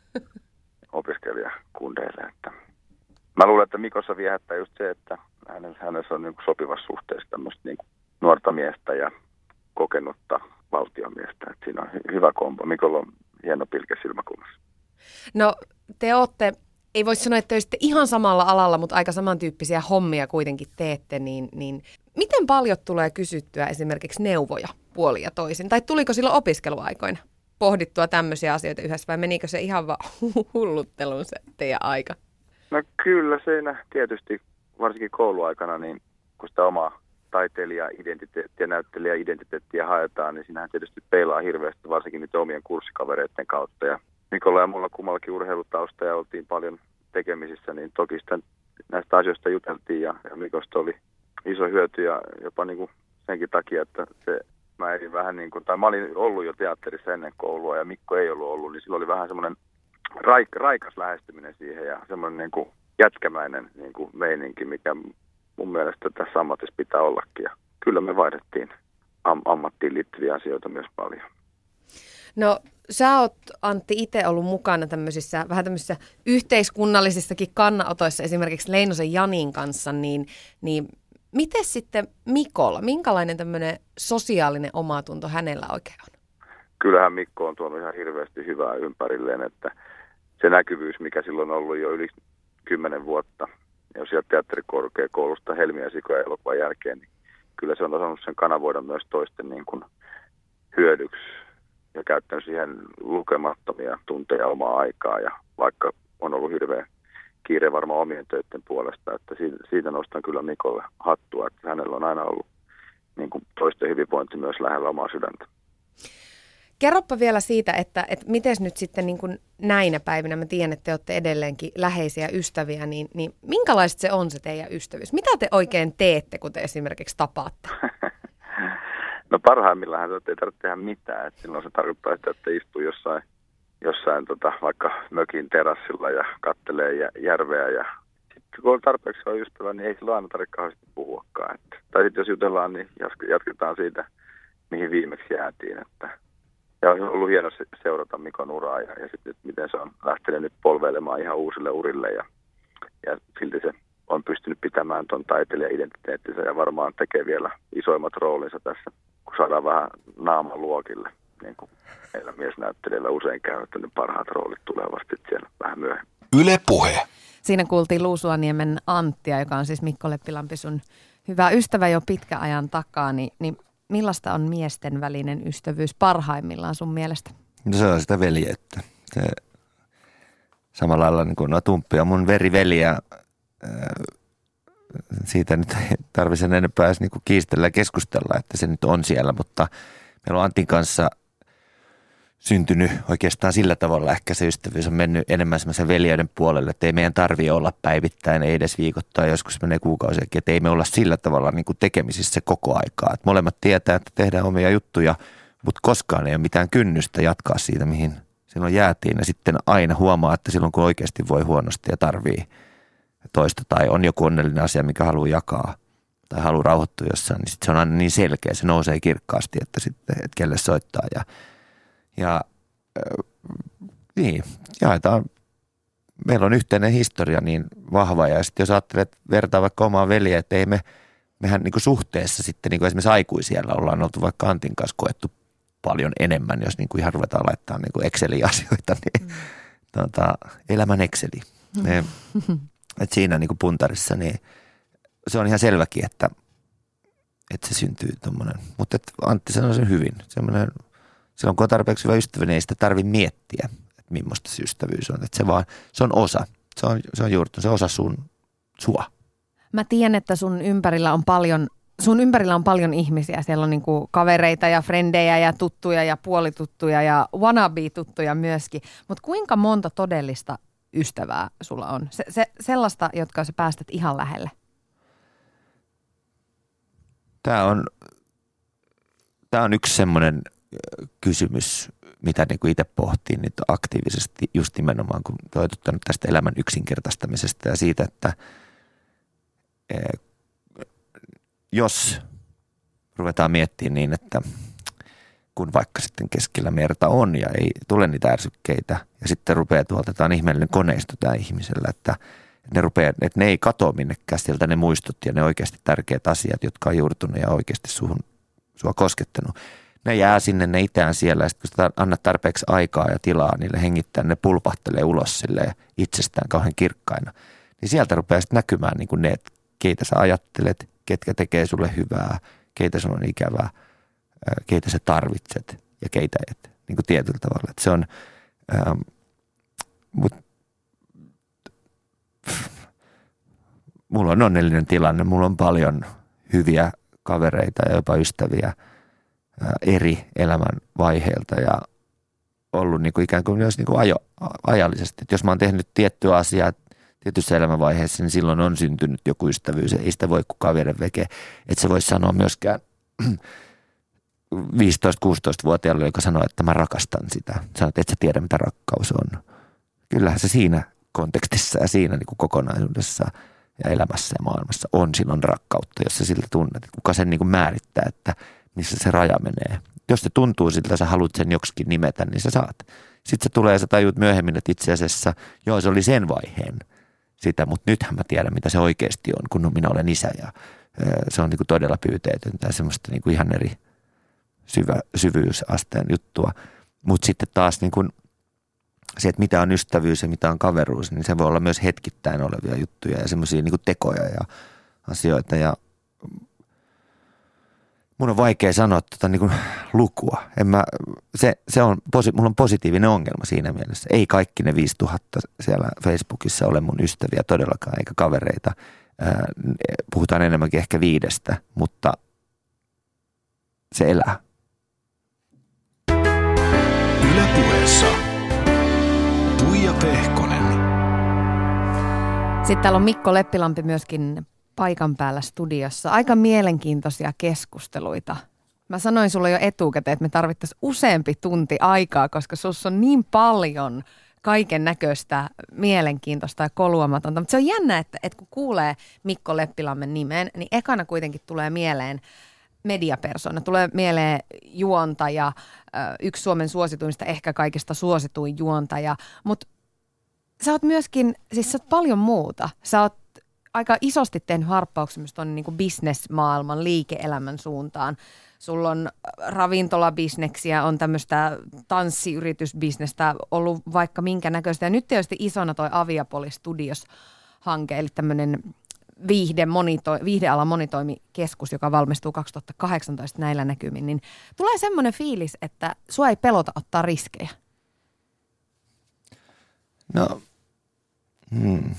Speaker 5: opiskelijakundeille. Että mä luulen, että Mikossa viehättää just se, että hänessä on niin kuin sopivassa suhteessa tämmöistä niin kuin nuorta miestä ja kokenutta valtiomiestä. Että siinä on hy- hyvä kombo. Mikolla on hieno pilke silmäkulmassa.
Speaker 2: No te ootte, ei voi sanoa, että olisitte ihan samalla alalla, mutta aika samantyyppisiä hommia kuitenkin teette, niin, niin miten paljon tulee kysyttyä esimerkiksi neuvoja puolin ja toisin? Tai tuliko silloin opiskeluaikoina pohdittua tämmöisiä asioita yhdessä vai menikö se ihan vaan hullutteluun se teidän aika?
Speaker 5: No kyllä siinä tietysti, varsinkin kouluaikana, niin kun sitä omaa taiteilija-identiteettiä, näyttelijä-identiteettiä haetaan, niin siinähän tietysti peilaa hirveästi, varsinkin nyt omien kurssikavereiden kautta. Ja Mikolla ja mulla kummallakin urheilutausta ja oltiin paljon tekemisissä, niin toki sitä näistä asioista juteltiin ja, ja Mikosta oli iso hyöty ja jopa niin kuin senkin takia, että se, mä elin vähän niin kuin, tai mä olin ollut jo teatterissa ennen koulua ja Mikko ei ollut ollut, niin sillä oli vähän semmoinen raik, raikas lähestyminen siihen ja semmoinen niin kuin jätkämäinen niin kuin meininki, mikä mun mielestä tässä ammatissa pitää ollakin. Ja kyllä me vaihdettiin am- ammattiin liittyviä asioita myös paljon.
Speaker 2: No sä oot, Antti, itse ollut mukana tämmöisissä vähän tämmöisissä yhteiskunnallisissakin kannanotoissa, esimerkiksi Leinosen Janin kanssa, niin, niin miten sitten Mikolla, minkälainen tämmöinen sosiaalinen omatunto hänellä oikein on?
Speaker 5: Kyllähän Mikko on tuonut ihan hirveästi hyvää ympärilleen, että se näkyvyys, mikä silloin on ollut jo yli kymmenen vuotta, ja sieltä teatterikorkeakoulusta Helmi ja Sikoja elokuvan jälkeen, niin kyllä se on osannut sen kanavoida myös toisten niin kuin hyödyksi ja käyttänyt siihen lukemattomia tunteja omaa aikaa, ja vaikka on ollut hirveän kiire varmaan omien töiden puolesta, että siitä, siitä nostan kyllä Mikolle hattua, että hänellä on aina ollut niin kuin toisten hyvinvointi myös lähellä omaa sydäntä.
Speaker 2: Kerropa vielä siitä, että, että miten nyt sitten niin kuin näinä päivinä, mä tiedän, että te olette edelleenkin läheisiä ystäviä, niin, niin minkälaista se on se teidän ystävyys? Mitä te oikein teette, kun te esimerkiksi tapaatte?
Speaker 5: No parhaimmillaan se ei tarvitse tehdä mitään, että silloin se tarkoittaa sitä, että istuu jossain, jossain tota, vaikka mökin terassilla ja kattelee järveä ja sitten kun on tarpeeksi on ystävä, niin ei silloin aina tarvitse kauheasti puhuakaan. Että, tai sitten jos jutellaan, niin jatketaan siitä, mihin viimeksi jäätiin, että ja on ollut hieno seurata Mikon uraa ja, ja sitten miten se on lähtenyt nyt polveilemaan ihan uusille urille ja, ja silti se on pystynyt pitämään tuon taiteilija-identiteettinsä ja varmaan tekee vielä isoimmat roolinsa tässä, kun saadaan vähän naaman luokille, niin kuin meillä miesnäyttelijöillä usein käy, että ne parhaat roolit tulevasti siellä vähän myöhemmin.
Speaker 1: Yle Puhe.
Speaker 2: Siinä kuultiin Luusuaniemen Anttia, joka on siis Mikko Leppilampi sun hyvä ystävä jo pitkän ajan takaa, niin, niin millaista on miesten välinen ystävyys parhaimmillaan sun mielestä?
Speaker 3: No se on sitä veljeyttä. Se, samalla lailla niin kuin no, Tumppi on mun veriveli ja ää, siitä nyt ei tarvitse enempää edes niin kuin kiistellä ja keskustella, että se nyt on siellä, mutta meillä on Antin kanssa syntynyt oikeastaan sillä tavalla, ehkä se ystävyys on mennyt enemmän semmoisen veljeyden puolelle, että ei meidän tarvitse olla päivittäin, ei edes viikoittain, joskus menee kuukausiakin, että ei me olla sillä tavalla niin kuin tekemisissä koko aikaa. Että molemmat tietää, että tehdään omia juttuja, mutta koskaan ei ole mitään kynnystä jatkaa siitä, mihin silloin jäätiin. Ja sitten aina huomaa, että silloin kun oikeasti voi huonosti ja tarvii toista tai on joku onnellinen asia, mikä haluaa jakaa tai haluaa rauhoittua jossain, niin sitten se on aina niin selkeä, se nousee kirkkaasti, että sitten, että kelle soittaa ja Ja äh, niin, jaetaan. Meillä on yhteinen historia niin vahva ja sitten jos ajattelet vertaa vaikka omaa veljeä, että ei me, mehän niin kuin suhteessa sitten niin kuin esimerkiksi aikuisiellä ollaan oltu vaikka Antin kanssa koettu paljon enemmän, jos niin kuin ihan ruvetaan laittaa niin kuin Exceli-asioita, niin mm. tota, elämän Exceli. Mm. Et siinä niin kuin puntarissa, niin se on ihan selväkin, että, että se syntyy tuommoinen. Mutta Antti sanoi sen hyvin, semmoinen. Silloin kun on tarpeeksi hyvä ystävä, niin ei sitä tarvitse miettiä, että millaista se ystävyys on. Että se, vaan, se on osa, se on, se on juurtunut, se on osa sun, sua. Mä
Speaker 2: tiedän, että sun ympärillä on paljon, sun ympärillä on paljon ihmisiä. Siellä on niinku kavereita ja frendejä ja tuttuja ja puolituttuja ja wannabe-tuttuja myöskin. Mutta kuinka monta todellista ystävää sulla on? Se, se, sellaista, jotka sä päästät ihan lähelle.
Speaker 3: Tämä on, tämä on yksi semmoinen kysymys, mitä niin kuin itse pohtii nyt aktiivisesti just nimenomaan, kun toituttanut tästä elämän yksinkertaistamisesta ja siitä, että jos ruvetaan miettimään niin, että kun vaikka sitten keskellä merta on ja ei tule niitä ärsykkeitä ja sitten rupeaa tuolta, tämä on ihmeellinen koneisto tämä ihmisellä, että ne, rupeaa, että ne ei katoa minnekään sieltä ne muistot ja ne oikeasti tärkeät asiat, jotka on juurtunut ja oikeasti suhun, sua koskettanut. Ne jää sinne, ne itään siellä ja sitten kun sitä annat tarpeeksi aikaa ja tilaa niille hengittää, ne pulpahtelee ulos silleen itsestään kauhean kirkkaina. Niin sieltä rupeaa sitten näkymään niin kuin ne, että keitä sä ajattelet, ketkä tekee sulle hyvää, keitä sun on ikävää, keitä sä tarvitset ja keitä et, niin kuin tietyllä tavalla. Että se on, ähm, mut, mulla on onnellinen tilanne, mulla on paljon hyviä kavereita ja jopa ystäviä eri elämän vaiheilta ja ollut niin kuin ikään kuin myös niin kuin ajo, ajallisesti. Että jos mä oon tehnyt tiettyä asiaa tietyssä elämänvaiheessa, niin silloin on syntynyt joku ystävyys. Ei sitä voi kukaan viedä veke. Että se voisi sanoa myöskään viisitoista-kuusitoista-vuotiaalle, joka sanoo, että mä rakastan sitä. Sanoit, että et sä tiedä, mitä rakkaus on. Kyllähän se siinä kontekstissa ja siinä niin kuin kokonaisuudessa ja elämässä ja maailmassa on silloin rakkautta, jos sä siltä tunnet. Että kuka sen niin kuin määrittää, että missä se raja menee. Jos se tuntuu siltä, sä haluat sen joksikin nimetä, niin sä saat. Sitten se tulee ja sä tajut myöhemmin, että itse asiassa, joo se oli sen vaiheen sitä, mutta nythän mä tiedän, mitä se oikeasti on, kun minä olen isä ja se on niin kuin todella pyyteetöntä ja semmoista niin kuin ihan eri syvä, syvyysasteen juttua. Mutta sitten taas niin kuin se, että mitä on ystävyys ja mitä on kaveruus, niin se voi olla myös hetkittäin olevia juttuja ja semmoisia niin kuin tekoja ja asioita ja mun on vaikea sanoa tuota niin kuin lukua. En mä, se, se on, mulla on positiivinen ongelma siinä mielessä. Ei kaikki ne viisituhatta siellä Facebookissa ole mun ystäviä todellakaan, eikä kavereita. Ää, puhutaan enemmänkin ehkä viidestä, mutta se elää.
Speaker 1: Yle Puheessa Tuija Pehkonen.
Speaker 2: Sitten täällä on Mikko Leppilampi myöskin paikan päällä studiossa. Aika mielenkiintoisia keskusteluita. Mä sanoin sulle jo etukäteen, että me tarvittaisiin useampi tunti aikaa, koska sussa on niin paljon kaiken näköistä mielenkiintoista ja koluamatonta. Mutta se on jännä, että, että kun kuulee Mikko Leppilammen nimen, niin ekana kuitenkin tulee mieleen mediapersona. Tulee mieleen juontaja, yksi Suomen suosituinnista, ehkä kaikista suosituin juontaja. Mutta sä oot myöskin, siis sä oot paljon muuta. Sä oot aika isosti tehnyt harppauksia myös tuonne niin kuin bisnesmaailman, liike-elämän suuntaan. Sulla on ravintolabisneksiä, on tämmöistä tanssiyritysbisnestä, ollut vaikka minkä näköistä. Ja nyt tietysti isona toi Aviapoli Studios-hanke, eli tämmöinen viihde, monito- viihdealan monitoimikeskus, joka valmistuu kaksituhattakahdeksantoista näillä näkymin, niin tulee semmoinen fiilis, että sua ei pelota ottaa riskejä.
Speaker 3: No, hmm.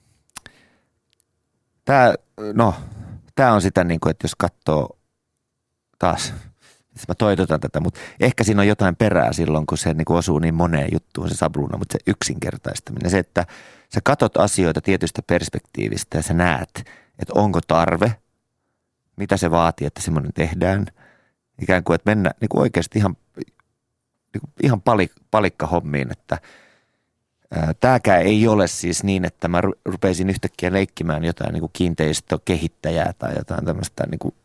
Speaker 3: Tää, no, tää on sitä, niin kuin, että jos katsoo taas, mä toitotan tätä, mutta ehkä siinä on jotain perää silloin, kun se niin kuin osuu niin moneen juttuun se sabluuna, mutta se yksinkertaistaminen, se, että sä katot asioita tietystä perspektiivistä ja sä näet, että onko tarve, mitä se vaatii, että semmoinen tehdään, ikään kuin, että mennä niin kuin oikeasti ihan, niin kuin ihan palik, palikkahommiin, että tämäkään ei ole siis niin, että mä rupeisin yhtäkkiä leikkimään jotain niin kuin kiinteistökehittäjää tai jotain tämmöistä niin kuin,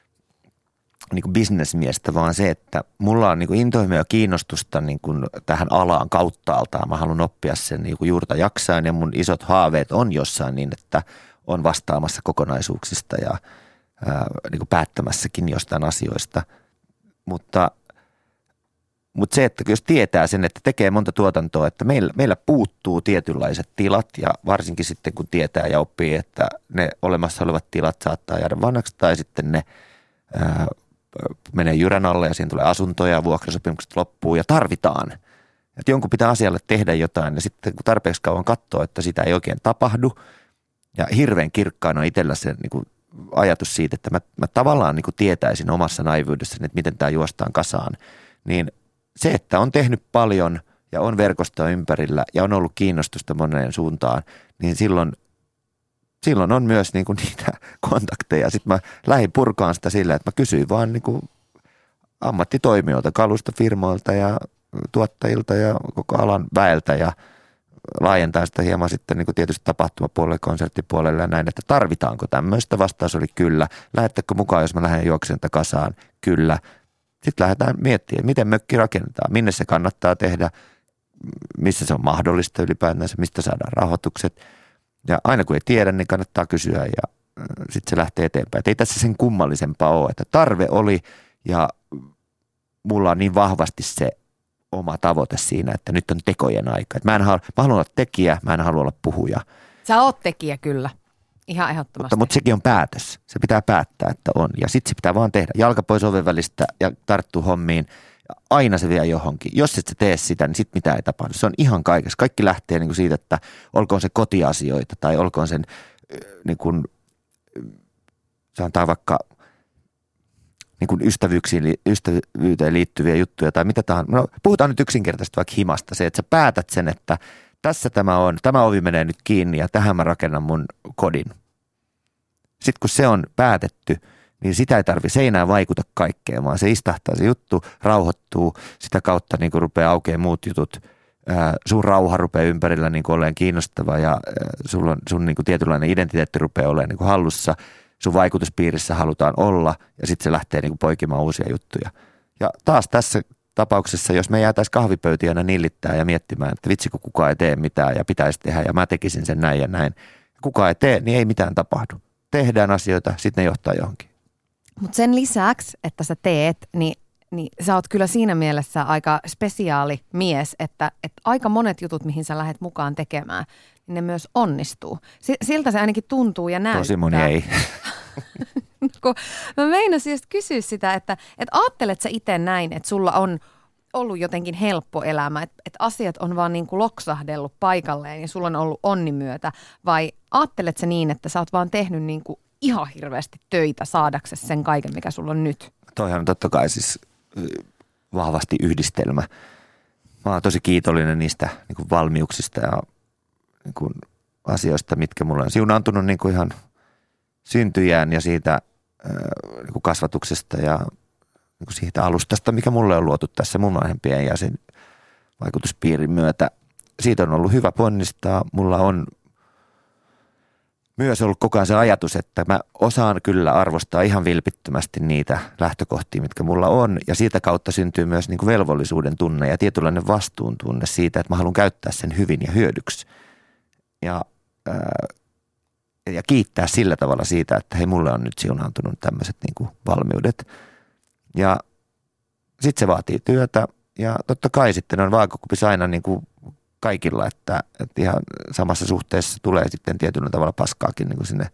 Speaker 3: niin kuin bisnesmiestä, vaan se, että mulla on niin kuin intohimoa ja kiinnostusta niin kuin tähän alaan kauttaaltaan. Mä haluan oppia sen niin kuin juurta jaksain ja mun isot haaveet on jossain niin, että on vastaamassa kokonaisuuksista ja ää, niin kuin päättämässäkin jostain asioista. Mutta Mutta se, että jos tietää sen, että tekee monta tuotantoa, että meillä, meillä puuttuu tietynlaiset tilat ja varsinkin sitten kun tietää ja oppii, että ne olemassa olevat tilat saattaa jäädä vanhaksi tai sitten ne ää, menee jyrän alle ja siinä tulee asuntoja ja vuokrasopimukset loppuu ja tarvitaan. Että jonkun pitää asialle tehdä jotain ja sitten kun tarpeeksi kauan katsoo, että sitä ei oikein tapahdu ja hirveän kirkkaana on itsellä se niin kuin ajatus siitä, että mä, mä tavallaan niin kuin tietäisin omassa naivuudessani, että miten tämä juostaan kasaan, niin se, että on tehnyt paljon ja on verkostoa ympärillä ja on ollut kiinnostusta moneen suuntaan, niin silloin, silloin on myös niinku niitä kontakteja. Sitten mä lähdin purkaan sitä sillä, että mä kysyin vaan niinku ammattitoimijoilta, kalustofirmoilta ja tuottajilta ja koko alan väeltä ja laajentaa sitä hieman sitten niinku tietysti tapahtumapuolelle, konserttipuolelle ja näin, että tarvitaanko tämmöistä. Vastaus oli kyllä. Lähettekö mukaan, jos mä lähden juoksen kasaan? Kyllä. Sitten lähdetään miettimään, miten mökki rakennetaan, minne se kannattaa tehdä, missä se on mahdollista ylipäätänsä, mistä saadaan rahoitukset. Ja aina kun ei tiedä, niin kannattaa kysyä ja sitten se lähtee eteenpäin. Et ei tässä sen kummallisempaa ole, että tarve oli ja mulla on niin vahvasti se oma tavoite siinä, että nyt on tekojen aika. Et mä, en halua, mä haluan olla tekijä, mä en halua olla puhuja.
Speaker 2: Sä oot tekijä kyllä. Ihan ehdottomasti.
Speaker 3: Mutta, mutta sekin on päätös. Se pitää päättää, että on. Ja sitten se pitää vaan tehdä. Jalka pois oven välistä ja tarttuu hommiin. Aina se vie johonkin. Jos et sä tee sitä, niin sitten mitä ei tapahdu. Se on ihan kaikessa. Kaikki lähtee niin kuin siitä, että olkoon se kotiasioita tai olkoon sen niin kuin, sanotaan vaikka niin kuin ystävyyksiin, ystävyyteen liittyviä juttuja tai mitä tahansa. No, puhutaan nyt yksinkertaisesti vaikka himasta. Se, että sä päätät sen, että tässä tämä on, tämä ovi menee nyt kiinni ja tähän mä rakennan mun kodin. Sitten kun se on päätetty, niin sitä ei tarvitse, se ei enää vaikuta kaikkeen, vaan se istahtaa se juttu, rauhoittuu, sitä kautta niin kuin rupeaa aukeamaan muut jutut. Ää, sun rauha rupeaa ympärillä niin kuin olemaan kiinnostava ja ää, sulla on, sun niin kuin tietynlainen identiteetti rupeaa olemaan niin kuin hallussa. Sun vaikutuspiirissä halutaan olla ja sitten se lähtee niin kuin poikimaan uusia juttuja. Ja taas tässä tapauksessa, jos me jäätäisiin kahvipöytiä aina nillittää ja miettimään, että vitsi kun kukaan ei tee mitään ja pitäisi tehdä ja mä tekisin sen näin ja näin. Kukaan ei tee, niin ei mitään tapahdu. Tehdään asioita, sitten ne johtaa johonkin.
Speaker 2: Mutta sen lisäksi, että sä teet, niin, niin sä oot kyllä siinä mielessä aika spesiaali mies, että, että aika monet jutut, mihin sä lähdet mukaan tekemään, niin ne myös onnistuu. Siltä se ainakin tuntuu ja näyttää.
Speaker 3: Tosi moni ei.
Speaker 2: Kun mä meinasin just kysyä sitä, että, että aattelet sä itse näin, että sulla on ollut jotenkin helppo elämä, että, että asiat on vaan niin kuin loksahdellut paikalleen ja sulla on ollut onni myötä, vai aattelet sä niin, että sä oot vaan tehnyt niin kuin ihan hirveästi töitä saadaksesi sen kaiken, mikä sulla on nyt?
Speaker 3: Toihan on totta kai siis vahvasti yhdistelmä. Mä oon tosi kiitollinen niistä niin kuin valmiuksista ja niin kuin asioista, mitkä mulle on siunaantunut niin kuin ihan syntyjään ja siitä niin kuin kasvatuksesta ja niin kuin siitä alustasta, mikä mulle on luotu tässä mun vanhempien ja sen vaikutuspiirin myötä. Siitä on ollut hyvä ponnistaa. Mulla on myös ollut koko ajan se ajatus, että mä osaan kyllä arvostaa ihan vilpittömästi niitä lähtökohtia, mitkä mulla on. Ja siitä kautta syntyy myös niin kuin velvollisuuden tunne ja tietynlainen vastuuntunne siitä, että mä haluan käyttää sen hyvin ja hyödyksi. Ja, ää, ja kiittää sillä tavalla siitä, että hei, mulle on nyt siunaantunut tämmöiset niin kuin valmiudet. Ja sitten se vaatii työtä ja totta kai sitten on vaakakupissa aina niin kuin kaikilla, että, että ihan samassa suhteessa tulee sitten tietyllä tavalla paskaakin niin kuin sinne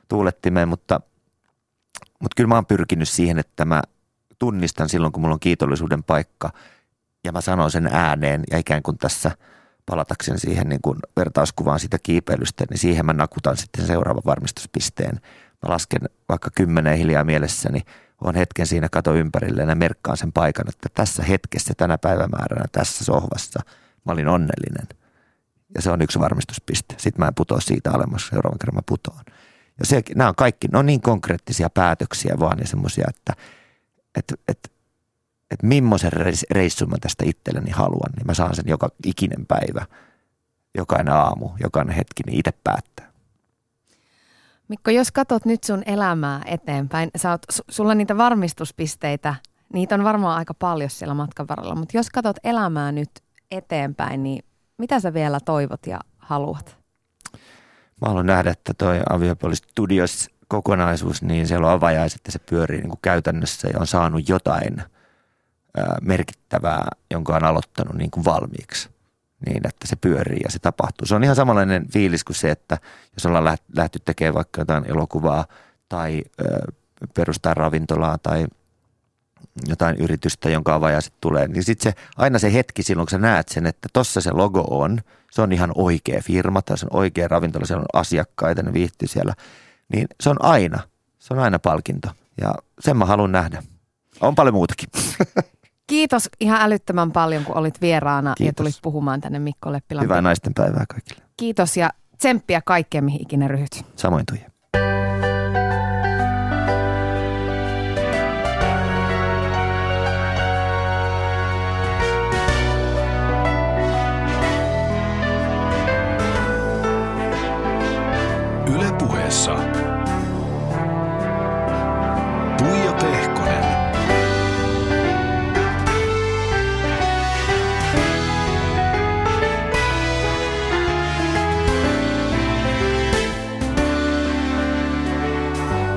Speaker 3: tuulettimeen, mutta, mutta kyllä mä oon pyrkinyt siihen, että mä tunnistan silloin, kun mulla on kiitollisuuden paikka ja mä sanon sen ääneen ja ikään kuin tässä palatakseni siihen niin kuin vertauskuvaan sitä kiipeilystä, niin siihen mä nakutan sitten seuraavan varmistuspisteen. Mä lasken vaikka kymmenen hiljaa mielessäni, on hetken siinä, kato ympärilleen ja merkkaan sen paikan, että tässä hetkessä, tänä päivämääränä, tässä sohvassa mä olin onnellinen. Ja se on yksi varmistuspiste. Sitten mä en putoa siitä alemmas, seuraavan kerran mä putoan. Ja se, nämä on kaikki, ne on niin konkreettisia päätöksiä vaan ja semmoisia, että että et, et millaisen reissun mä tästä itselleni haluan, niin mä saan sen joka ikinen päivä, jokainen aamu, jokainen hetki, niin itse päättää.
Speaker 2: Mikko, jos katsot nyt sun elämää eteenpäin, sä oot, sulla niitä varmistuspisteitä, niitä on varmaan aika paljon siellä matkan varrella, mutta jos katsot elämää nyt eteenpäin, niin mitä sä vielä toivot ja haluat?
Speaker 3: Mä haluan nähdä, että toi Aviopolis Studios kokonaisuus, niin siellä on avajaiset ja se pyörii niin kuin käytännössä ja on saanut jotain ää, merkittävää, jonka on aloittanut niin kuin valmiiksi. Niin, että se pyörii ja se tapahtuu. Se on ihan samanlainen fiilis kuin se, että jos ollaan lähty tekemään vaikka jotain elokuvaa tai ö, perustaa ravintolaa tai jotain yritystä, jonka avajaiset tulee, niin sitten se, aina se hetki silloin, kun sä näet sen, että tossa se logo on, se on ihan oikea firma tai se on oikea ravintola, siellä on asiakkaita, ne viihtyy siellä, niin se on aina, se on aina palkinto ja sen mä haluan nähdä. On paljon muutakin.
Speaker 2: Kiitos ihan älyttömän paljon, kun olit vieraana. Kiitos. Ja tulit puhumaan tänne Mikko Leppilampi.
Speaker 3: Hyvää naistenpäivää kaikille.
Speaker 2: Kiitos ja tsemppiä kaikkeen, mihin ikinä ryhdyt.
Speaker 3: Samoin Tuija.